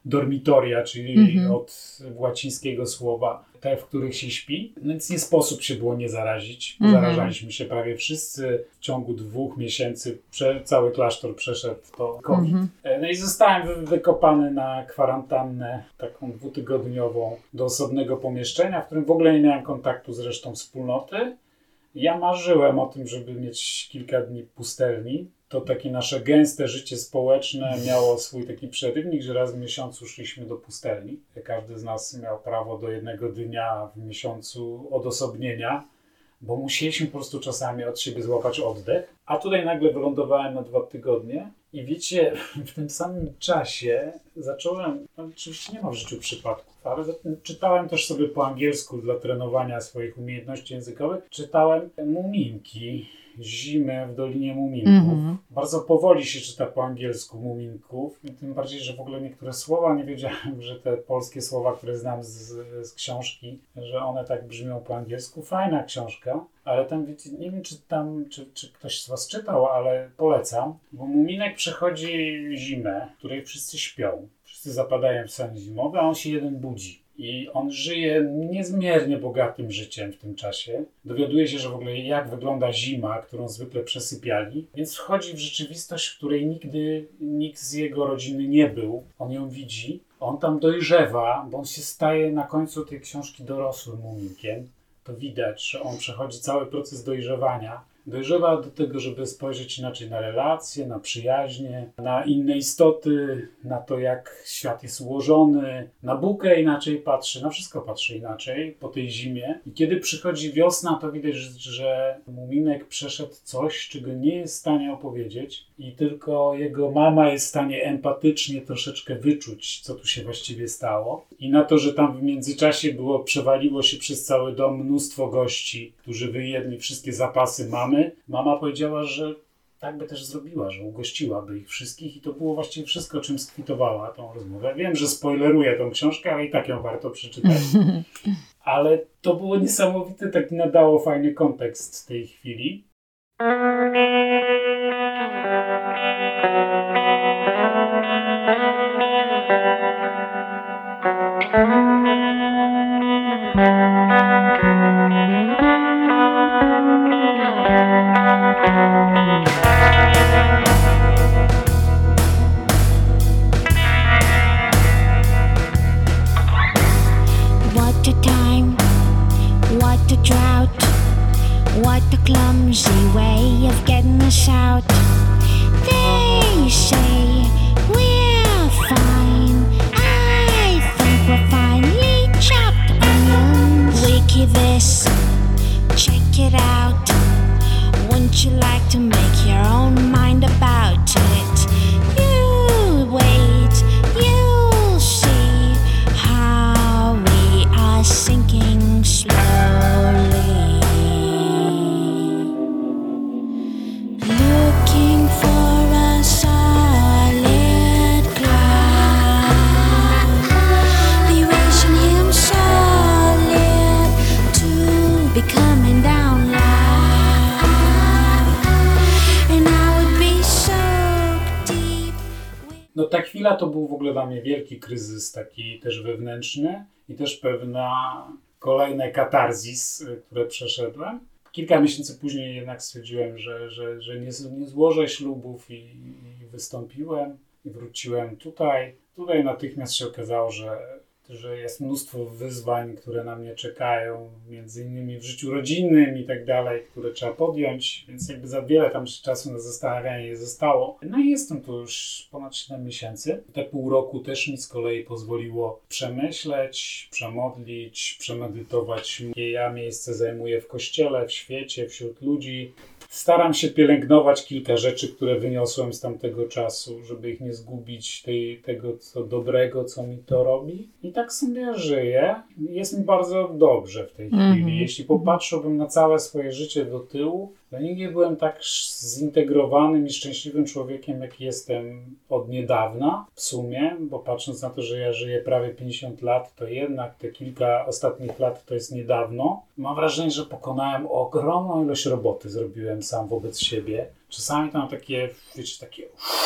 dormitoria, czyli mm-hmm. od łacińskiego słowa, te, w których się śpi. Więc nie sposób się było nie zarazić. Mm-hmm. Zarażaliśmy się prawie wszyscy. W ciągu dwóch miesięcy prze, cały klasztor przeszedł to COVID. Mm-hmm. No i zostałem wy, wykopany na kwarantannę taką dwutygodniową do osobnego pomieszczenia, w którym w ogóle nie miałem kontaktu z resztą wspólnoty. Ja marzyłem o tym, żeby mieć kilka dni pustelni. To takie nasze gęste życie społeczne miało swój taki przerywnik, że raz w miesiącu szliśmy do pustelni. Każdy z nas miał prawo do jednego dnia w miesiącu odosobnienia, bo musieliśmy po prostu czasami od siebie złapać oddech. A tutaj nagle wylądowałem na dwa tygodnie i wiecie, w tym samym czasie zacząłem, no oczywiście nie ma w życiu przypadków, ale czytałem też sobie po angielsku dla trenowania swoich umiejętności językowych, czytałem Muminki, Zimę w Dolinie Muminków. Mm-hmm. Bardzo powoli się czyta po angielsku Muminków, i tym bardziej, że w ogóle niektóre słowa, nie wiedziałem, że te polskie słowa, które znam z, z książki, że one tak brzmią po angielsku. Fajna książka, ale tam, wiecie, nie wiem, czy tam, czy, czy ktoś z was czytał, ale polecam, bo Muminek przechodzi zimę, w której wszyscy śpią. Wszyscy zapadają w sen zimowy, a on się jeden budzi. I on żyje niezmiernie bogatym życiem w tym czasie. Dowiaduje się, że w ogóle jak wygląda zima, którą zwykle przesypiali. Więc wchodzi w rzeczywistość, w której nigdy nikt z jego rodziny nie był. On ją widzi. On tam dojrzewa, bo on się staje na końcu tej książki dorosłym muminkiem. To widać, że on przechodzi cały proces dojrzewania. Dojrzewa do tego, żeby spojrzeć inaczej na relacje, na przyjaźnie, na inne istoty, na to, jak świat jest ułożony. Na bukę inaczej patrzy, na wszystko patrzy inaczej po tej zimie. I kiedy przychodzi wiosna, to widać, że Muminek przeszedł coś, czego nie jest w stanie opowiedzieć i tylko jego mama jest w stanie empatycznie troszeczkę wyczuć, co tu się właściwie stało. I na to, że tam w międzyczasie było, przewaliło się przez cały dom mnóstwo gości, którzy wyjedli wszystkie zapasy mamy. Mama powiedziała, że tak by też zrobiła, że ugościłaby ich wszystkich i to było właściwie wszystko, czym skwitowała tą rozmowę. Wiem, że spoileruję tą książkę, ale i tak ją warto przeczytać. Ale to było niesamowite, tak nadało fajny kontekst tej chwili. What a clumsy way of getting us out. They say we're fine. I think we're finely chopped onions. Wiki this, check it out. Wouldn't you like to make your own mind about it? You wait, you'll see how we are sinking slowly. No ta chwila to był w ogóle dla mnie wielki kryzys, taki też wewnętrzny i też pewna kolejne katarzis, które przeszedłem. Kilka miesięcy później jednak stwierdziłem, że, że, że nie, nie złożę ślubów i, i wystąpiłem i wróciłem tutaj. Tutaj natychmiast się okazało, że że jest mnóstwo wyzwań, które na mnie czekają, między innymi w życiu rodzinnym i tak dalej, które trzeba podjąć, więc jakby za wiele tam czasu na zastanawianie nie zostało. No i jestem tu już ponad siedem miesięcy. Te pół roku też mi z kolei pozwoliło przemyśleć, przemodlić, przemedytować, jakie ja miejsce zajmuję w kościele, w świecie, wśród ludzi. Staram się pielęgnować kilka rzeczy, które wyniosłem z tamtego czasu, żeby ich nie zgubić, tej, tego co dobrego, co mi to robi. I tak sobie żyję. Jest mi bardzo dobrze w tej chwili. Mm-hmm. Jeśli popatrzyłbym na całe swoje życie do tyłu, to nigdy nie byłem tak zintegrowanym i szczęśliwym człowiekiem, jak jestem od niedawna w sumie, bo patrząc na to, że ja żyję prawie pięćdziesiąt lat, to jednak te kilka ostatnich lat to jest niedawno. Mam wrażenie, że pokonałem ogromną ilość roboty, zrobiłem sam wobec siebie. Czasami tam takie, wiecie, takie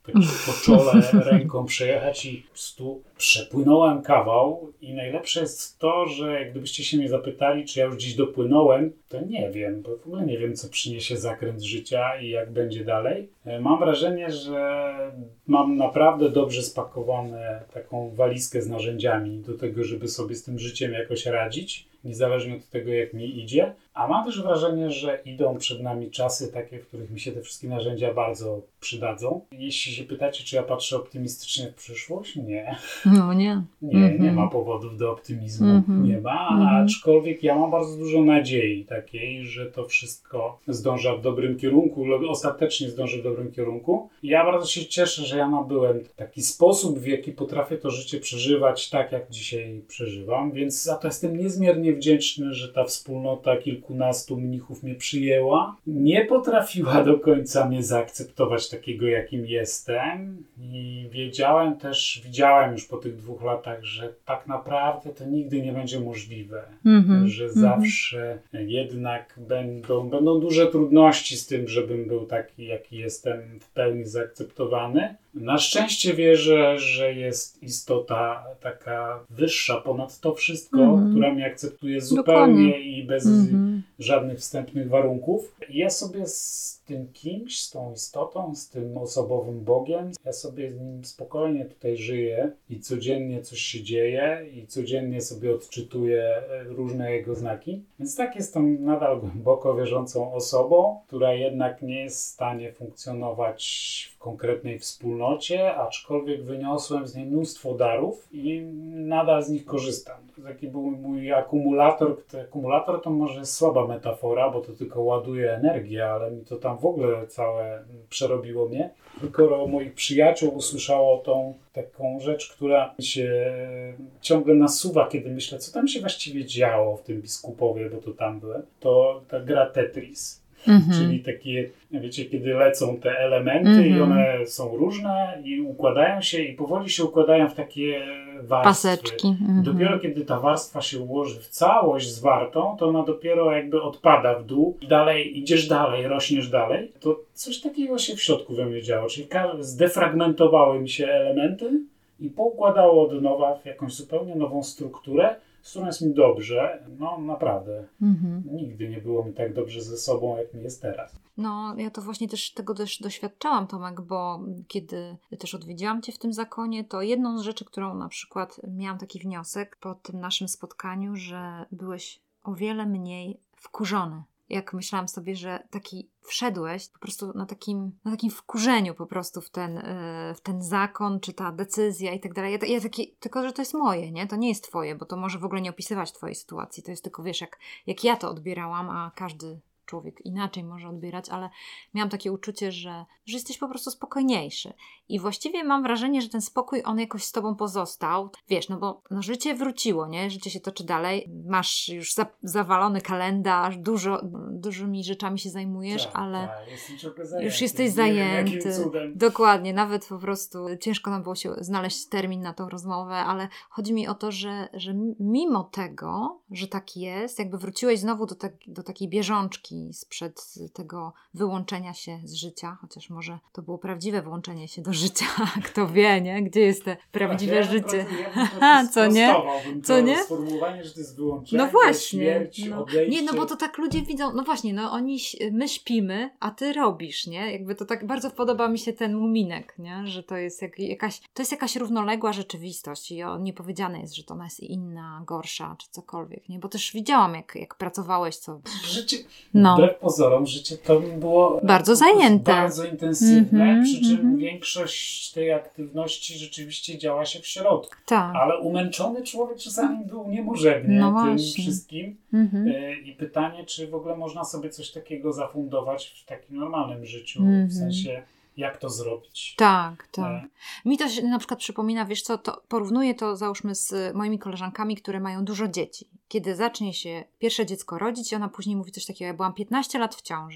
tak po czole ręką przejechać i po prostu przepłynąłem kawał i najlepsze jest to, że gdybyście się mnie zapytali, czy ja już dziś dopłynąłem, to nie wiem, bo w ogóle nie wiem, co przyniesie zakręt życia i jak będzie dalej. Mam wrażenie, że mam naprawdę dobrze spakowane taką walizkę z narzędziami do tego, żeby sobie z tym życiem jakoś radzić, niezależnie od tego, jak mi idzie. A mam też wrażenie, że idą przed nami czasy takie, w których mi się te wszystkie narzędzia bardzo przydadzą. Jeśli się pytacie, czy ja patrzę optymistycznie w przyszłość, nie. No nie. Nie, mm-hmm. nie ma powodów do optymizmu. Mm-hmm. Nie ma, mm-hmm. aczkolwiek ja mam bardzo dużo nadziei takiej, że to wszystko zdąża w dobrym kierunku, ostatecznie zdąży w dobrym kierunku. Ja bardzo się cieszę, że ja nabyłem taki sposób, w jaki potrafię to życie przeżywać tak, jak dzisiaj przeżywam, więc za to jestem niezmiernie wdzięczny, że ta wspólnota kilkunastu mnichów mnie przyjęła. Nie potrafiła do końca mnie zaakceptować takiego, jakim jestem i wiedziałem też, widziałem już po tych dwóch latach, że tak naprawdę to nigdy nie będzie możliwe, mm-hmm. że mm-hmm. zawsze jednak będą, będą duże trudności z tym, żebym był taki, jaki jestem, w pełni zaakceptowany. Na szczęście wierzę, że jest istota taka wyższa ponad to wszystko, mm-hmm. która mnie akceptuje zupełnie Dokładnie. i bez mm-hmm. żadnych wstępnych warunków. I ja sobie z tym kimś, z tą istotą, z tym osobowym Bogiem, ja sobie z nim spokojnie tutaj żyję i codziennie coś się dzieje i codziennie sobie odczytuję różne jego znaki. Więc tak jestem nadal głęboko wierzącą osobą, która jednak nie jest w stanie funkcjonować w konkretnej wspólnocie, aczkolwiek wyniosłem z niej mnóstwo darów i nadal z nich korzystam. To taki był mój akumulator. Ten akumulator to może jest słaba metafora, bo to tylko ładuje energię, ale mi to tam w ogóle całe przerobiło mnie. Kilkoro moich przyjaciół usłyszało tą taką rzecz, która mi się ciągle nasuwa, kiedy myślę, co tam się właściwie działo w tym Biskupowie, bo to tam byłem. To ta gra Tetris. Mm-hmm. Czyli takie, wiecie, kiedy lecą te elementy mm-hmm. i one są różne i układają się i powoli się układają w takie warstwy. Paseczki. Mm-hmm. Dopiero kiedy ta warstwa się ułoży w całość zwartą, to ona dopiero jakby odpada w dół i dalej, idziesz dalej, rośniesz dalej. To coś takiego się w środku we mnie działo, czyli zdefragmentowały mi się elementy i poukładało od nowa w jakąś zupełnie nową strukturę, z którą jest mi dobrze, no naprawdę. Mm-hmm. Nigdy nie było mi tak dobrze ze sobą, jak mi jest teraz. No, ja to właśnie też tego też doświadczałam, Tomek, bo kiedy też odwiedziłam Cię w tym zakonie, to jedną z rzeczy, którą na przykład miałam taki wniosek po tym naszym spotkaniu, że byłeś o wiele mniej wkurzony. Jak myślałam sobie, że taki wszedłeś po prostu na takim, na takim wkurzeniu po prostu w ten, yy, w ten zakon, czy ta decyzja i tak dalej. Ja, ja taki, tylko, że to jest moje, nie? To nie jest twoje, bo to może w ogóle nie opisywać twojej sytuacji. To jest tylko, wiesz, jak, jak ja to odbierałam, a każdy człowiek inaczej może odbierać, ale miałam takie uczucie, że, że jesteś po prostu spokojniejszy. I właściwie mam wrażenie, że ten spokój, on jakoś z tobą pozostał. Wiesz, no bo no, życie wróciło, nie? Życie się toczy dalej. Masz już za, zawalony kalendarz, dużo, dużymi rzeczami się zajmujesz, tak, ale tak, jestem już jesteś zajęty. Dokładnie, nawet po prostu ciężko nam było się znaleźć termin na tą rozmowę, ale chodzi mi o to, że, że mimo tego, że tak jest, jakby wróciłeś znowu do, tak, do takiej bieżączki sprzed tego wyłączenia się z życia, chociaż może to było prawdziwe włączenie się do życia, kto wie, nie? Gdzie jest te prawdziwe ja życie? Ja co nie? Co nie? Sformułowanie, że to jest wyłączenie, no właśnie, śmierć, no. odejście. Nie, no bo to tak ludzie widzą, no właśnie, no oni, my śpimy, a ty robisz, nie? Jakby to tak bardzo podoba mi się ten muminek, nie? Że to jest jak, jakaś, to jest jakaś równoległa rzeczywistość i o, nie powiedziane jest, że to ona jest inna, gorsza, czy cokolwiek, nie? Bo też widziałam, jak, jak pracowałeś, co... Życie... No. Wbrew pozorom, życie to było bardzo zajęte. Bardzo intensywne, mm-hmm, przy czym mm-hmm. większość tej aktywności rzeczywiście działa się w środku. Tak. Ale umęczony człowiek czasami był niemożebnie no tym właśnie. wszystkim. Mm-hmm. Y, I pytanie, czy w ogóle można sobie coś takiego zafundować w takim normalnym życiu, mm-hmm. w sensie jak to zrobić. Tak, tak. E? Mi to się na przykład przypomina, wiesz co, to porównuję to załóżmy z moimi koleżankami, które mają dużo dzieci. Kiedy zacznie się pierwsze dziecko rodzić i ona później mówi coś takiego, ja byłam piętnaście lat w ciąży.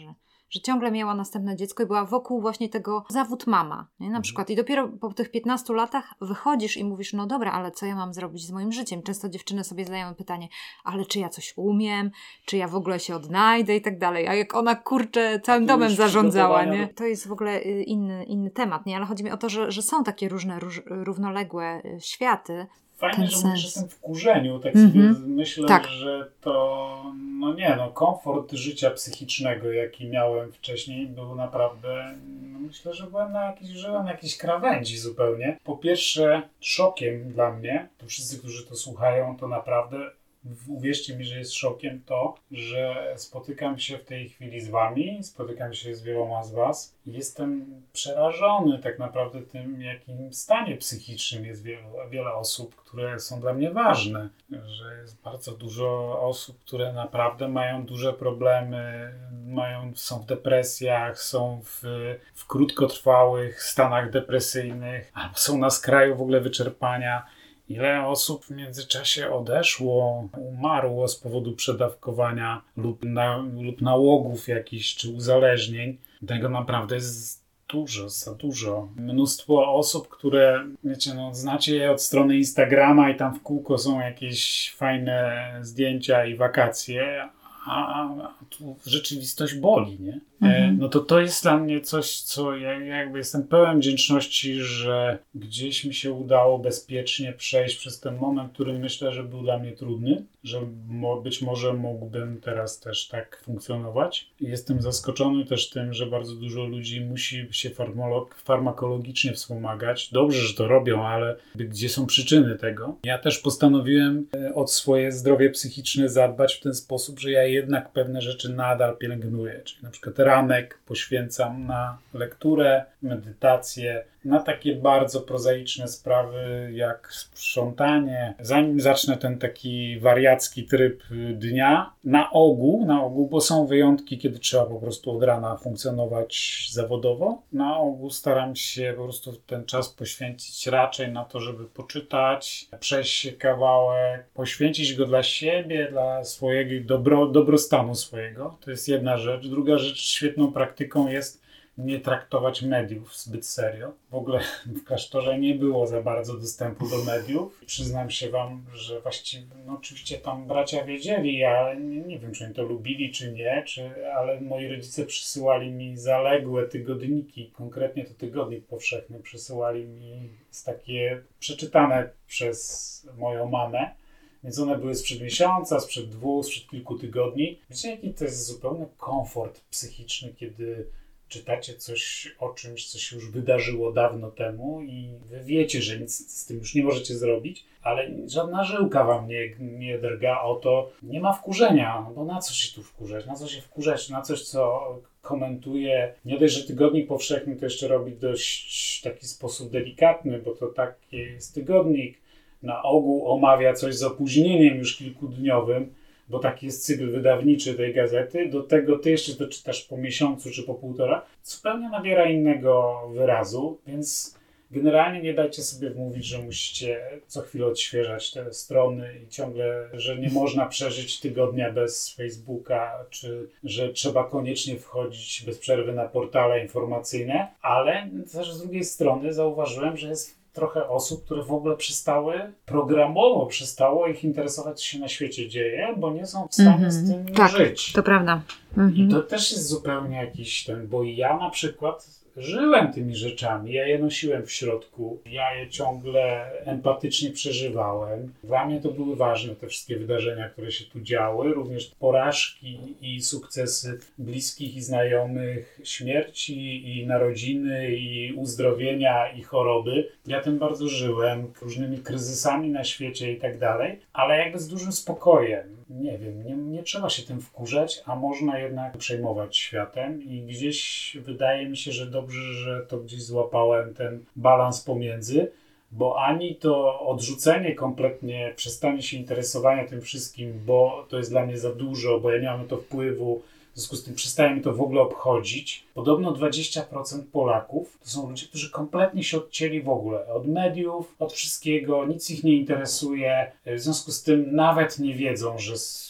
że ciągle miała następne dziecko i była wokół właśnie tego zawód mama, nie? Na przykład. I dopiero po tych piętnastu latach wychodzisz i mówisz, no dobra, ale co ja mam zrobić z moim życiem? Często dziewczyny sobie zadają pytanie, ale czy ja coś umiem? Czy ja w ogóle się odnajdę i tak dalej? A jak ona, kurczę, całym domem zarządzała, nie? To jest w ogóle inny, inny temat, nie? Ale chodzi mi o to, że, że są takie różne, róż, równoległe światy. Fajnie, że mówisz, że jestem w kurzeniu. Tak mm-hmm. sobie myślę, tak. że to, no nie, no komfort życia psychicznego, jaki miałem wcześniej, był naprawdę, no myślę, że byłem na jakiejś, żyłem na jakiejś krawędzi zupełnie. Po pierwsze, szokiem dla mnie, to wszyscy, którzy to słuchają, to naprawdę uwierzcie mi, że jest szokiem to, że spotykam się w tej chwili z wami, spotykam się z wieloma z was i jestem przerażony tak naprawdę tym, jakim stanie psychicznym jest wielu, wiele osób, które są dla mnie ważne. Że jest bardzo dużo osób, które naprawdę mają duże problemy, mają, są w depresjach, są w, w krótkotrwałych stanach depresyjnych, albo są na skraju w ogóle wyczerpania. Ile osób w międzyczasie odeszło, umarło z powodu przedawkowania lub, na, lub nałogów jakichś, czy uzależnień. Tego naprawdę jest dużo, za dużo. Mnóstwo osób, które, wiecie, no, znacie je od strony Instagrama i tam w kółko są jakieś fajne zdjęcia i wakacje, a, a tu rzeczywistość boli, nie? Mhm. E, no to to jest dla mnie coś, co ja jakby jestem pełen wdzięczności, że gdzieś mi się udało bezpiecznie przejść przez ten moment, który myślę, że był dla mnie trudny, że mo- być może mógłbym teraz też tak funkcjonować. Jestem zaskoczony też tym, że bardzo dużo ludzi musi się farmolo- farmakologicznie wspomagać. Dobrze, że to robią, ale gdzie są przyczyny tego? Ja też postanowiłem o swoje zdrowie psychiczne zadbać w ten sposób, że ja jednak pewne rzeczy nadal pielęgnuję. Czyli na przykład ranek poświęcam na lekturę, medytację, na takie bardzo prozaiczne sprawy jak sprzątanie. Zanim zacznę ten taki wariacki tryb dnia, na ogół, na ogół, bo są wyjątki, kiedy trzeba po prostu od rana funkcjonować zawodowo. Na ogół staram się po prostu ten czas poświęcić raczej na to, żeby poczytać, przejść się kawałek, poświęcić go dla siebie, dla swojego dobro, dobrostanu swojego. To jest jedna rzecz. Druga rzecz, świetną praktyką jest nie traktować mediów zbyt serio. W ogóle w klasztorze nie było za bardzo dostępu do mediów. Przyznam się wam, że właściwie, no oczywiście tam bracia wiedzieli, ja nie, nie wiem, czy oni to lubili, czy nie, czy, ale moi rodzice przysyłali mi zaległe tygodniki, konkretnie to Tygodnik Powszechny, przysyłali mi takie przeczytane przez moją mamę. Więc one były sprzed miesiąca, sprzed dwóch, sprzed kilku tygodni. Wiecie, jaki to jest zupełny komfort psychiczny, kiedy czytacie coś o czymś, co się już wydarzyło dawno temu i wy wiecie, że nic z tym już nie możecie zrobić, ale żadna żyłka wam nie, nie drga o to. Nie ma wkurzenia, bo na co się tu wkurzać? Na co się wkurzać? Na coś, co komentuje. Nie dość, że Tygodnik Powszechny to jeszcze robi w dość taki sposób delikatny, bo to taki jest tygodnik. Na ogół omawia coś z opóźnieniem już kilkudniowym, bo taki jest cykl wydawniczy tej gazety. Do tego ty jeszcze to czytasz po miesiącu czy po półtora. Zupełnie nabiera innego wyrazu, więc generalnie nie dajcie sobie wmówić, że musicie co chwilę odświeżać te strony i ciągle, że nie można przeżyć tygodnia bez Facebooka, czy że trzeba koniecznie wchodzić bez przerwy na portale informacyjne, ale też z drugiej strony zauważyłem, że jest trochę osób, które w ogóle przestały, programowo przestało ich interesować, co się na świecie dzieje, bo nie są w stanie mm-hmm. z tym tak, żyć. To prawda. Mm-hmm. I to też jest zupełnie jakiś ten, bo ja na przykład żyłem tymi rzeczami, ja je nosiłem w środku, ja je ciągle empatycznie przeżywałem. Dla mnie to były ważne te wszystkie wydarzenia, które się tu działy, również porażki i sukcesy bliskich i znajomych, śmierci i narodziny i uzdrowienia i choroby. Ja tym bardzo żyłem, różnymi kryzysami na świecie i tak dalej, ale jakby z dużym spokojem. Nie wiem, nie, nie trzeba się tym wkurzać, a można jednak przejmować światem i gdzieś wydaje mi się, że dobrze, że to gdzieś złapałem ten balans pomiędzy, bo ani to odrzucenie kompletnie, przestanie się interesowania tym wszystkim, bo to jest dla mnie za dużo, bo ja nie mam na to wpływu, w związku z tym przestaje mi to w ogóle obchodzić. Podobno dwadzieścia procent Polaków to są ludzie, którzy kompletnie się odcięli w ogóle od mediów, od wszystkiego, nic ich nie interesuje. W związku z tym nawet nie wiedzą, że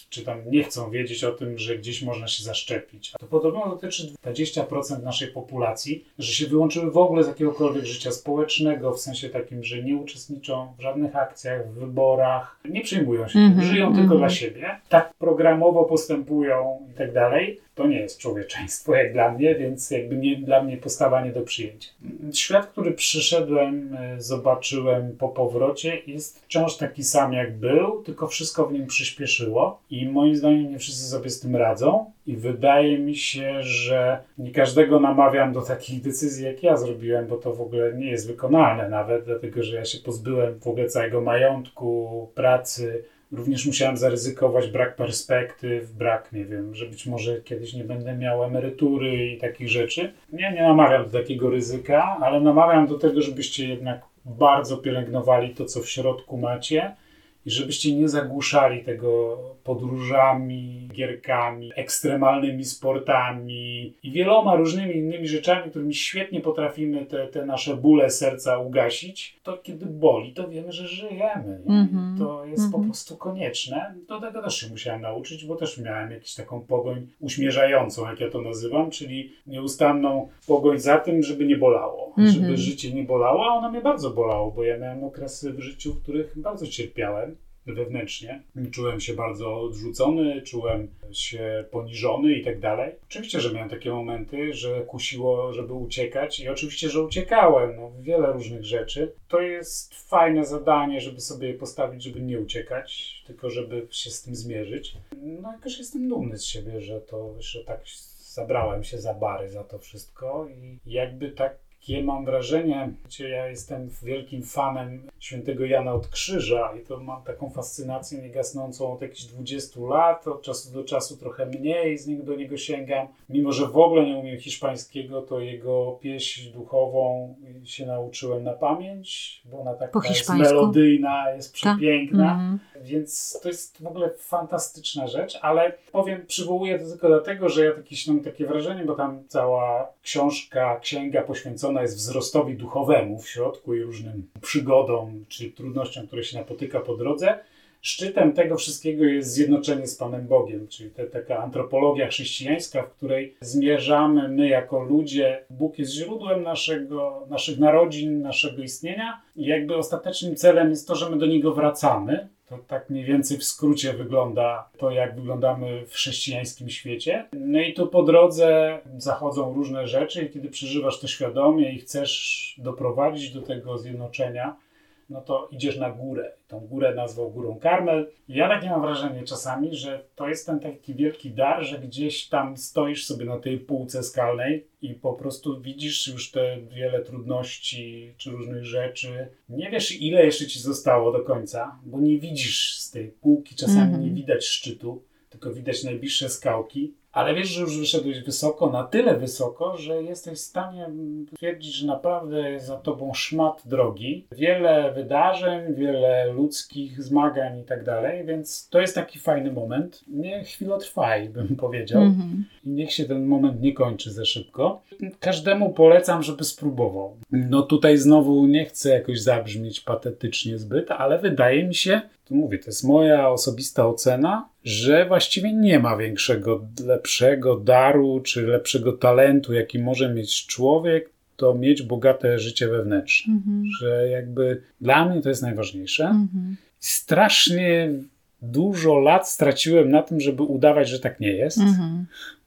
czy tam nie chcą wiedzieć o tym, że gdzieś można się zaszczepić. A to podobno dotyczy dwadzieścia procent naszej populacji, że się wyłączyły w ogóle z jakiegokolwiek życia społecznego, w sensie takim, że nie uczestniczą w żadnych akcjach, w wyborach, nie przejmują się Mm-hmm, tym, żyją mm-hmm. tylko dla siebie, tak programowo postępują i tak dalej. To nie jest człowieczeństwo jak dla mnie, więc jakby nie, dla mnie postawa nie do przyjęcia. Świat, który przyszedłem, zobaczyłem po powrocie, jest wciąż taki sam jak był, tylko wszystko w nim przyspieszyło i moim zdaniem nie wszyscy sobie z tym radzą i wydaje mi się, że nie każdego namawiam do takich decyzji jak ja zrobiłem, bo to w ogóle nie jest wykonalne nawet, dlatego że ja się pozbyłem w ogóle całego majątku, pracy. Również musiałem zaryzykować brak perspektyw, brak, nie wiem, że być może kiedyś nie będę miał emerytury i takich rzeczy. Nie, nie namawiam do takiego ryzyka, ale namawiam do tego, żebyście jednak bardzo pielęgnowali to, co w środku macie i żebyście nie zagłuszali tego podróżami, gierkami, ekstremalnymi sportami i wieloma różnymi innymi rzeczami, którymi świetnie potrafimy te, te nasze bóle serca ugasić. To kiedy boli, to wiemy, że żyjemy. Mm-hmm. To jest mm-hmm. po prostu konieczne. Do tego też się musiałem nauczyć, bo też miałem jakąś taką pogoń uśmierzającą, jak ja to nazywam, czyli nieustanną pogoń za tym, żeby nie bolało. Mm-hmm. Żeby życie nie bolało, a ono mnie bardzo bolało, bo ja miałem okresy w życiu, w których bardzo cierpiałem wewnętrznie. Czułem się bardzo odrzucony, czułem się poniżony i tak dalej. Oczywiście, że miałem takie momenty, że kusiło, żeby uciekać i oczywiście, że uciekałem. No, wiele różnych rzeczy. To jest fajne zadanie, żeby sobie je postawić, żeby nie uciekać, tylko żeby się z tym zmierzyć. No jakoś jestem dumny z siebie, że to, że tak zabrałem się za bary za to wszystko i jakby tak Ja mam wrażenie, że ja jestem wielkim fanem świętego Jana od Krzyża i to mam taką fascynację niegasnącą od jakichś dwudziestu lat, od czasu do czasu trochę mniej z niego, do niego sięgam. Mimo że w ogóle nie umiem hiszpańskiego, to jego pieśń duchową się nauczyłem na pamięć, bo ona taka jest melodyjna, jest przepiękna, mm. więc to jest w ogóle fantastyczna rzecz, ale powiem, przywołuję to tylko dlatego, że ja jakieś, mam takie wrażenie, bo tam cała książka, księga poświęcona jest wzrostowi duchowemu w środku i różnym przygodom, czyli trudnościom, które się napotyka po drodze. Szczytem tego wszystkiego jest zjednoczenie z Panem Bogiem, czyli te, taka antropologia chrześcijańska, w której zmierzamy my jako ludzie. Bóg jest źródłem naszego, naszych narodzin, naszego istnienia i jakby ostatecznym celem jest to, że my do Niego wracamy. To tak mniej więcej w skrócie wygląda to, jak wyglądamy w chrześcijańskim świecie. No i tu po drodze zachodzą różne rzeczy i kiedy przeżywasz to świadomie i chcesz doprowadzić do tego zjednoczenia, no to idziesz na górę. Tą górę nazwał Górą Karmel. I ja takie mam wrażenie czasami, że to jest ten taki wielki dar, że gdzieś tam stoisz sobie na tej półce skalnej i po prostu widzisz już te wiele trudności czy różnych rzeczy. Nie wiesz, ile jeszcze ci zostało do końca, bo nie widzisz z tej półki, czasami mm-hmm. nie widać szczytu, tylko widać najbliższe skałki. Ale wiesz, że już wyszedłeś wysoko, na tyle wysoko, że jesteś w stanie twierdzić, że naprawdę jest za tobą szmat drogi. Wiele wydarzeń, wiele ludzkich zmagań i tak dalej, więc to jest taki fajny moment. Nie chwilotrwaj, bym powiedział. Mm-hmm. I niech się ten moment nie kończy za szybko. Każdemu polecam, żeby spróbował. No tutaj znowu nie chcę jakoś zabrzmieć patetycznie zbyt, ale wydaje mi się, to mówię, to jest moja osobista ocena, że właściwie nie ma większego, lepszego daru czy lepszego talentu, jaki może mieć człowiek, to mieć bogate życie wewnętrzne. Mm-hmm. Że jakby dla mnie to jest najważniejsze. Mm-hmm. Strasznie dużo lat straciłem na tym, żeby udawać, że tak nie jest. Mm-hmm.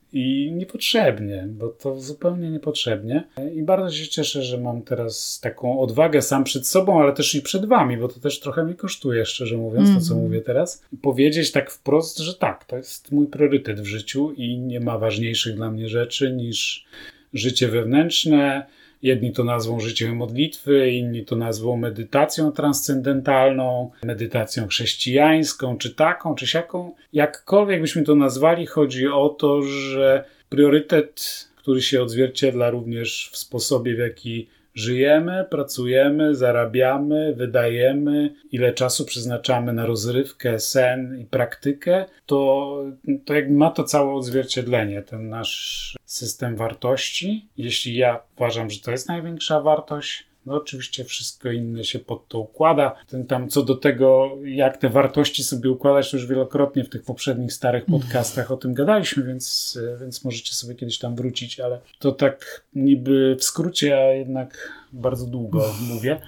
I niepotrzebnie, bo to zupełnie niepotrzebnie. I bardzo się cieszę, że mam teraz taką odwagę sam przed sobą, ale też i przed wami, bo to też trochę mnie kosztuje, szczerze mówiąc, mm-hmm. to co mówię teraz. I powiedzieć tak wprost, że tak, to jest mój priorytet w życiu i nie ma ważniejszych dla mnie rzeczy niż życie wewnętrzne. Jedni to nazwą życiem modlitwy, inni to nazwą medytacją transcendentalną, medytacją chrześcijańską, czy taką, czy siaką. Jakkolwiek byśmy to nazwali, chodzi o to, że priorytet, który się odzwierciedla również w sposobie, w jaki żyjemy, pracujemy, zarabiamy, wydajemy, ile czasu przeznaczamy na rozrywkę, sen i praktykę, to, to jakby ma to całe odzwierciedlenie, ten nasz system wartości. Jeśli ja uważam, że to jest największa wartość, No oczywiście wszystko inne się pod to układa. Ten tam co do tego, jak te wartości sobie układać, to już wielokrotnie w tych poprzednich starych podcastach o tym gadaliśmy, więc, więc możecie sobie kiedyś tam wrócić, ale to tak niby w skrócie, a jednak bardzo długo mówię.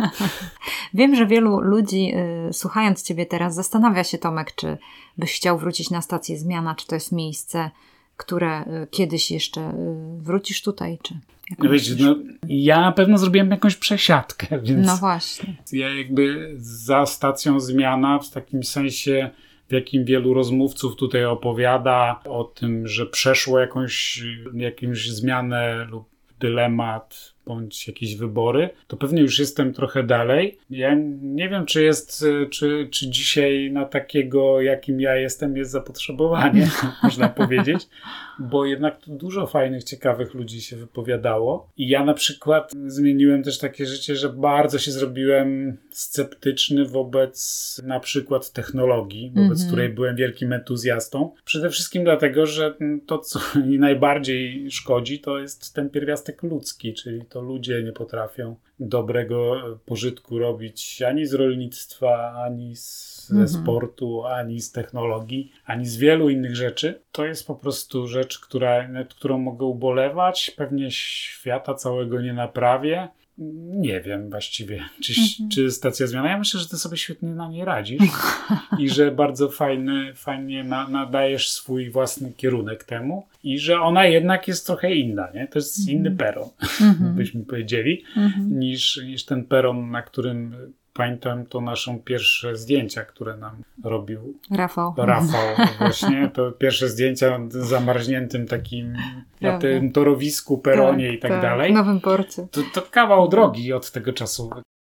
Wiem, że wielu ludzi y, słuchając Ciebie teraz zastanawia się, Tomek, czy byś chciał wrócić na stację Zmiana, czy to jest miejsce, które y, kiedyś jeszcze y, wrócisz tutaj, czy... Wiecie, no, ja na pewno zrobiłem jakąś przesiadkę, więc no właśnie. Ja jakby za stacją Zmiana w takim sensie, w jakim wielu rozmówców tutaj opowiada o tym, że przeszło jakąś, jakąś zmianę lub dylemat bądź jakieś wybory, to pewnie już jestem trochę dalej. Ja nie wiem, czy jest, czy, czy dzisiaj na takiego, jakim ja jestem, jest zapotrzebowanie, można powiedzieć, bo jednak tu dużo fajnych, ciekawych ludzi się wypowiadało. I ja na przykład zmieniłem też takie życie, że bardzo się zrobiłem sceptyczny wobec na przykład technologii, wobec mm-hmm. której byłem wielkim entuzjastą. Przede wszystkim dlatego, że to, co mi najbardziej szkodzi, to jest ten pierwiastek ludzki, czyli to ludzie nie potrafią dobrego pożytku robić ani z rolnictwa, ani z, ze mm-hmm. sportu, ani z technologii, ani z wielu innych rzeczy. To jest po prostu rzecz, która, nad którą mogę ubolewać. Pewnie świata całego nie naprawię. Nie wiem właściwie, czy, mm-hmm. czy stacja Zmiana. Ja myślę, że ty sobie świetnie na niej radzisz i że bardzo fajny, fajnie na, nadajesz swój własny kierunek temu i że ona jednak jest trochę inna, nie? To jest mm-hmm. inny peron, mm-hmm. byśmy powiedzieli, mm-hmm. niż, niż ten peron, na którym pamiętam to naszą pierwsze zdjęcia, które nam robił Rafał. Rafał właśnie. To pierwsze zdjęcia z zamarzniętym takim na tym torowisku, peronie tak, i tak, tak dalej. W Nowym Porcie. To, to kawał drogi od tego czasu.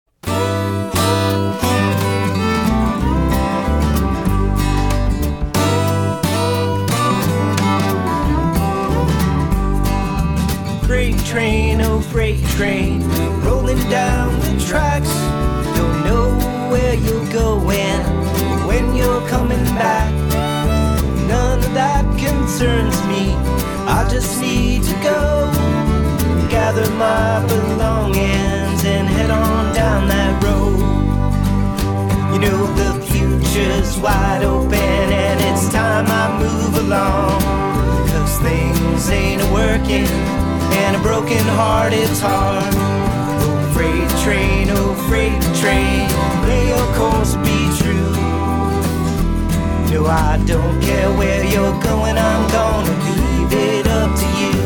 Freight train, oh freight train, rolling down the tracks. Don't know where you're going, when you're coming back. None of that concerns me. I just need to go, gather my belongings and head on down that road. You know the future's wide open and it's time I move along, 'cause things ain't working and a broken heart is hard. Oh freight train, oh freight train, may your course be true. No, I don't care where you're going, I'm gonna leave it up to you.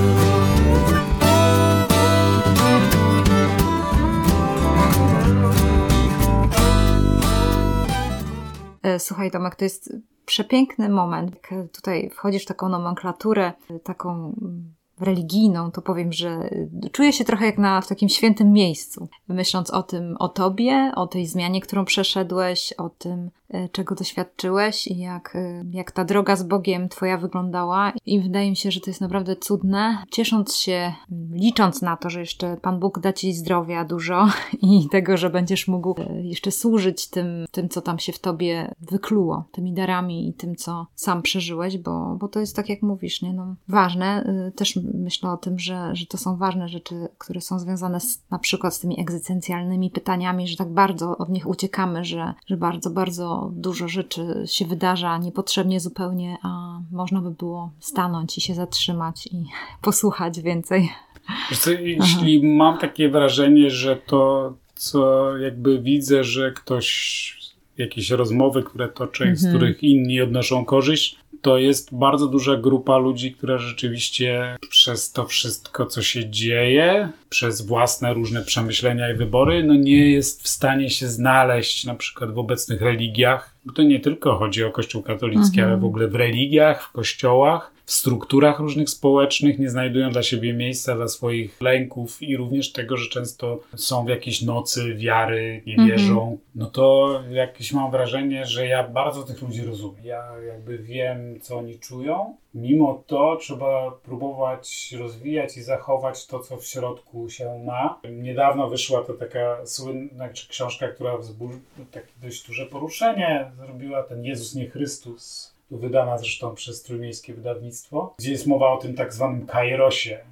Słuchaj, Tomek, to jest przepiękny moment. Jak tutaj wchodzisz w taką nomenklaturę, taką religijną, to powiem, że czuję się trochę jak na, w takim świętym miejscu. Myśląc o tym, o tobie, o tej zmianie, którą przeszedłeś, o tym, czego doświadczyłeś i jak, jak ta droga z Bogiem twoja wyglądała. I wydaje mi się, że to jest naprawdę cudne. Ciesząc się, licząc na to, że jeszcze Pan Bóg da ci zdrowia dużo i tego, że będziesz mógł jeszcze służyć tym, tym co tam się w tobie wykluło, tymi darami i tym, co sam przeżyłeś, bo, bo to jest tak, jak mówisz, nie? No, ważne. Też myślę o tym, że, że to są ważne rzeczy, które są związane z, na przykład z tymi egzystencjalnymi pytaniami, że tak bardzo od nich uciekamy, że, że bardzo, bardzo dużo rzeczy się wydarza niepotrzebnie zupełnie, a można by było stanąć i się zatrzymać i posłuchać więcej. Wiesz co, jeśli Aha. mam takie wrażenie, że to, co jakby widzę, że ktoś, jakieś rozmowy, które toczę, mhm. z których inni odnoszą korzyść, to jest bardzo duża grupa ludzi, która rzeczywiście przez to wszystko, co się dzieje, przez własne różne przemyślenia i wybory, no nie jest w stanie się znaleźć na przykład w obecnych religiach. Bo to nie tylko chodzi o Kościół katolicki, mhm. ale w ogóle w religiach, w kościołach, w strukturach różnych społecznych, nie znajdują dla siebie miejsca dla swoich lęków i również tego, że często są w jakiejś nocy wiary, nie wierzą. Mhm. No to jakieś mam wrażenie, że ja bardzo tych ludzi rozumiem. Ja jakby wiem, co oni czują. Mimo to trzeba próbować rozwijać i zachować to, co w środku się ma. Niedawno wyszła to taka słynna książka, która wzbudziła takie dość duże poruszenie. Zrobiła ten Jezus nie Chrystus, wydana zresztą przez Trójmiejskie Wydawnictwo, gdzie jest mowa o tym tak zwanym kairosie.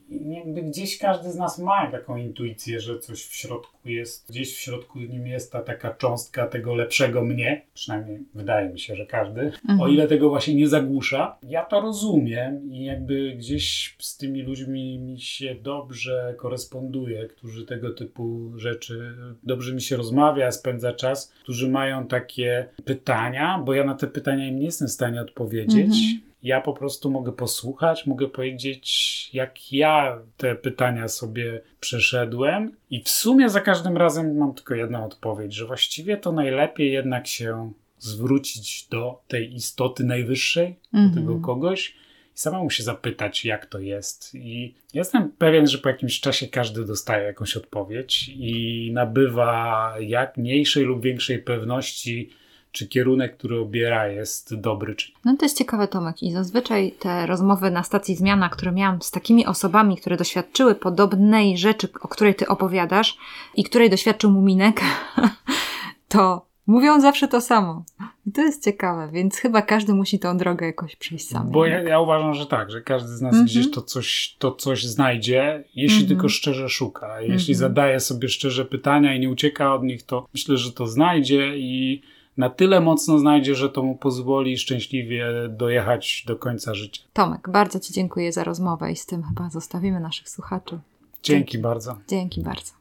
jakby gdzieś każdy z nas ma taką intuicję, że coś w środku jest, gdzieś w środku nim jest ta taka cząstka tego lepszego mnie, przynajmniej wydaje mi się, że każdy, mhm. o ile tego właśnie nie zagłusza. Ja to rozumiem i jakby gdzieś z tymi ludźmi mi się dobrze koresponduje, którzy tego typu rzeczy, dobrze mi się rozmawia, spędza czas, którzy mają takie pytania, bo ja na te pytania im nie jestem w stanie odpowiedzieć. Mhm. Ja po prostu mogę posłuchać, mogę powiedzieć, jak ja te pytania sobie przeszedłem i w sumie za każdym razem mam tylko jedną odpowiedź, że właściwie to najlepiej jednak się zwrócić do tej istoty najwyższej, mm-hmm. do tego kogoś i samemu się zapytać, jak to jest. I jestem pewien, że po jakimś czasie każdy dostaje jakąś odpowiedź i nabywa jak mniejszej lub większej pewności, czy kierunek, który obiera, jest dobry, czy nie. No to jest ciekawe, Tomek. I zazwyczaj te rozmowy na stacji Zmiana, które miałam z takimi osobami, które doświadczyły podobnej rzeczy, o której ty opowiadasz i której doświadczył Muminek, to mówią zawsze to samo. I to jest ciekawe, więc chyba każdy musi tą drogę jakoś przejść sam. Bo ja, ja uważam, że tak, że każdy z nas mm-hmm. gdzieś to coś, to coś znajdzie, jeśli mm-hmm. tylko szczerze szuka. Jeśli mm-hmm. zadaje sobie szczerze pytania i nie ucieka od nich, to myślę, że to znajdzie i na tyle mocno znajdzie, że to mu pozwoli szczęśliwie dojechać do końca życia. Tomek, bardzo ci dziękuję za rozmowę i z tym chyba zostawimy naszych słuchaczy. Dzięki, Dzięki bardzo. Dzięki bardzo.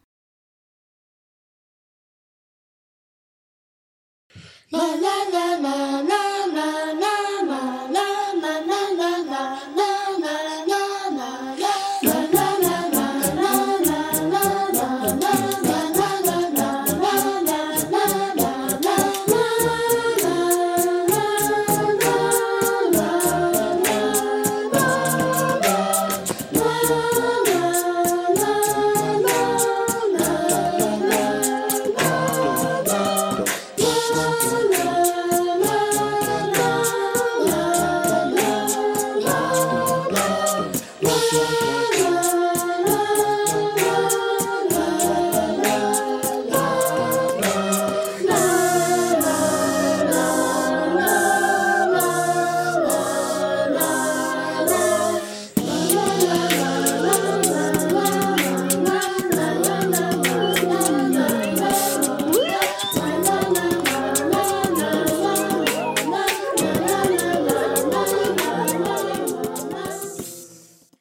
La la la la la la la.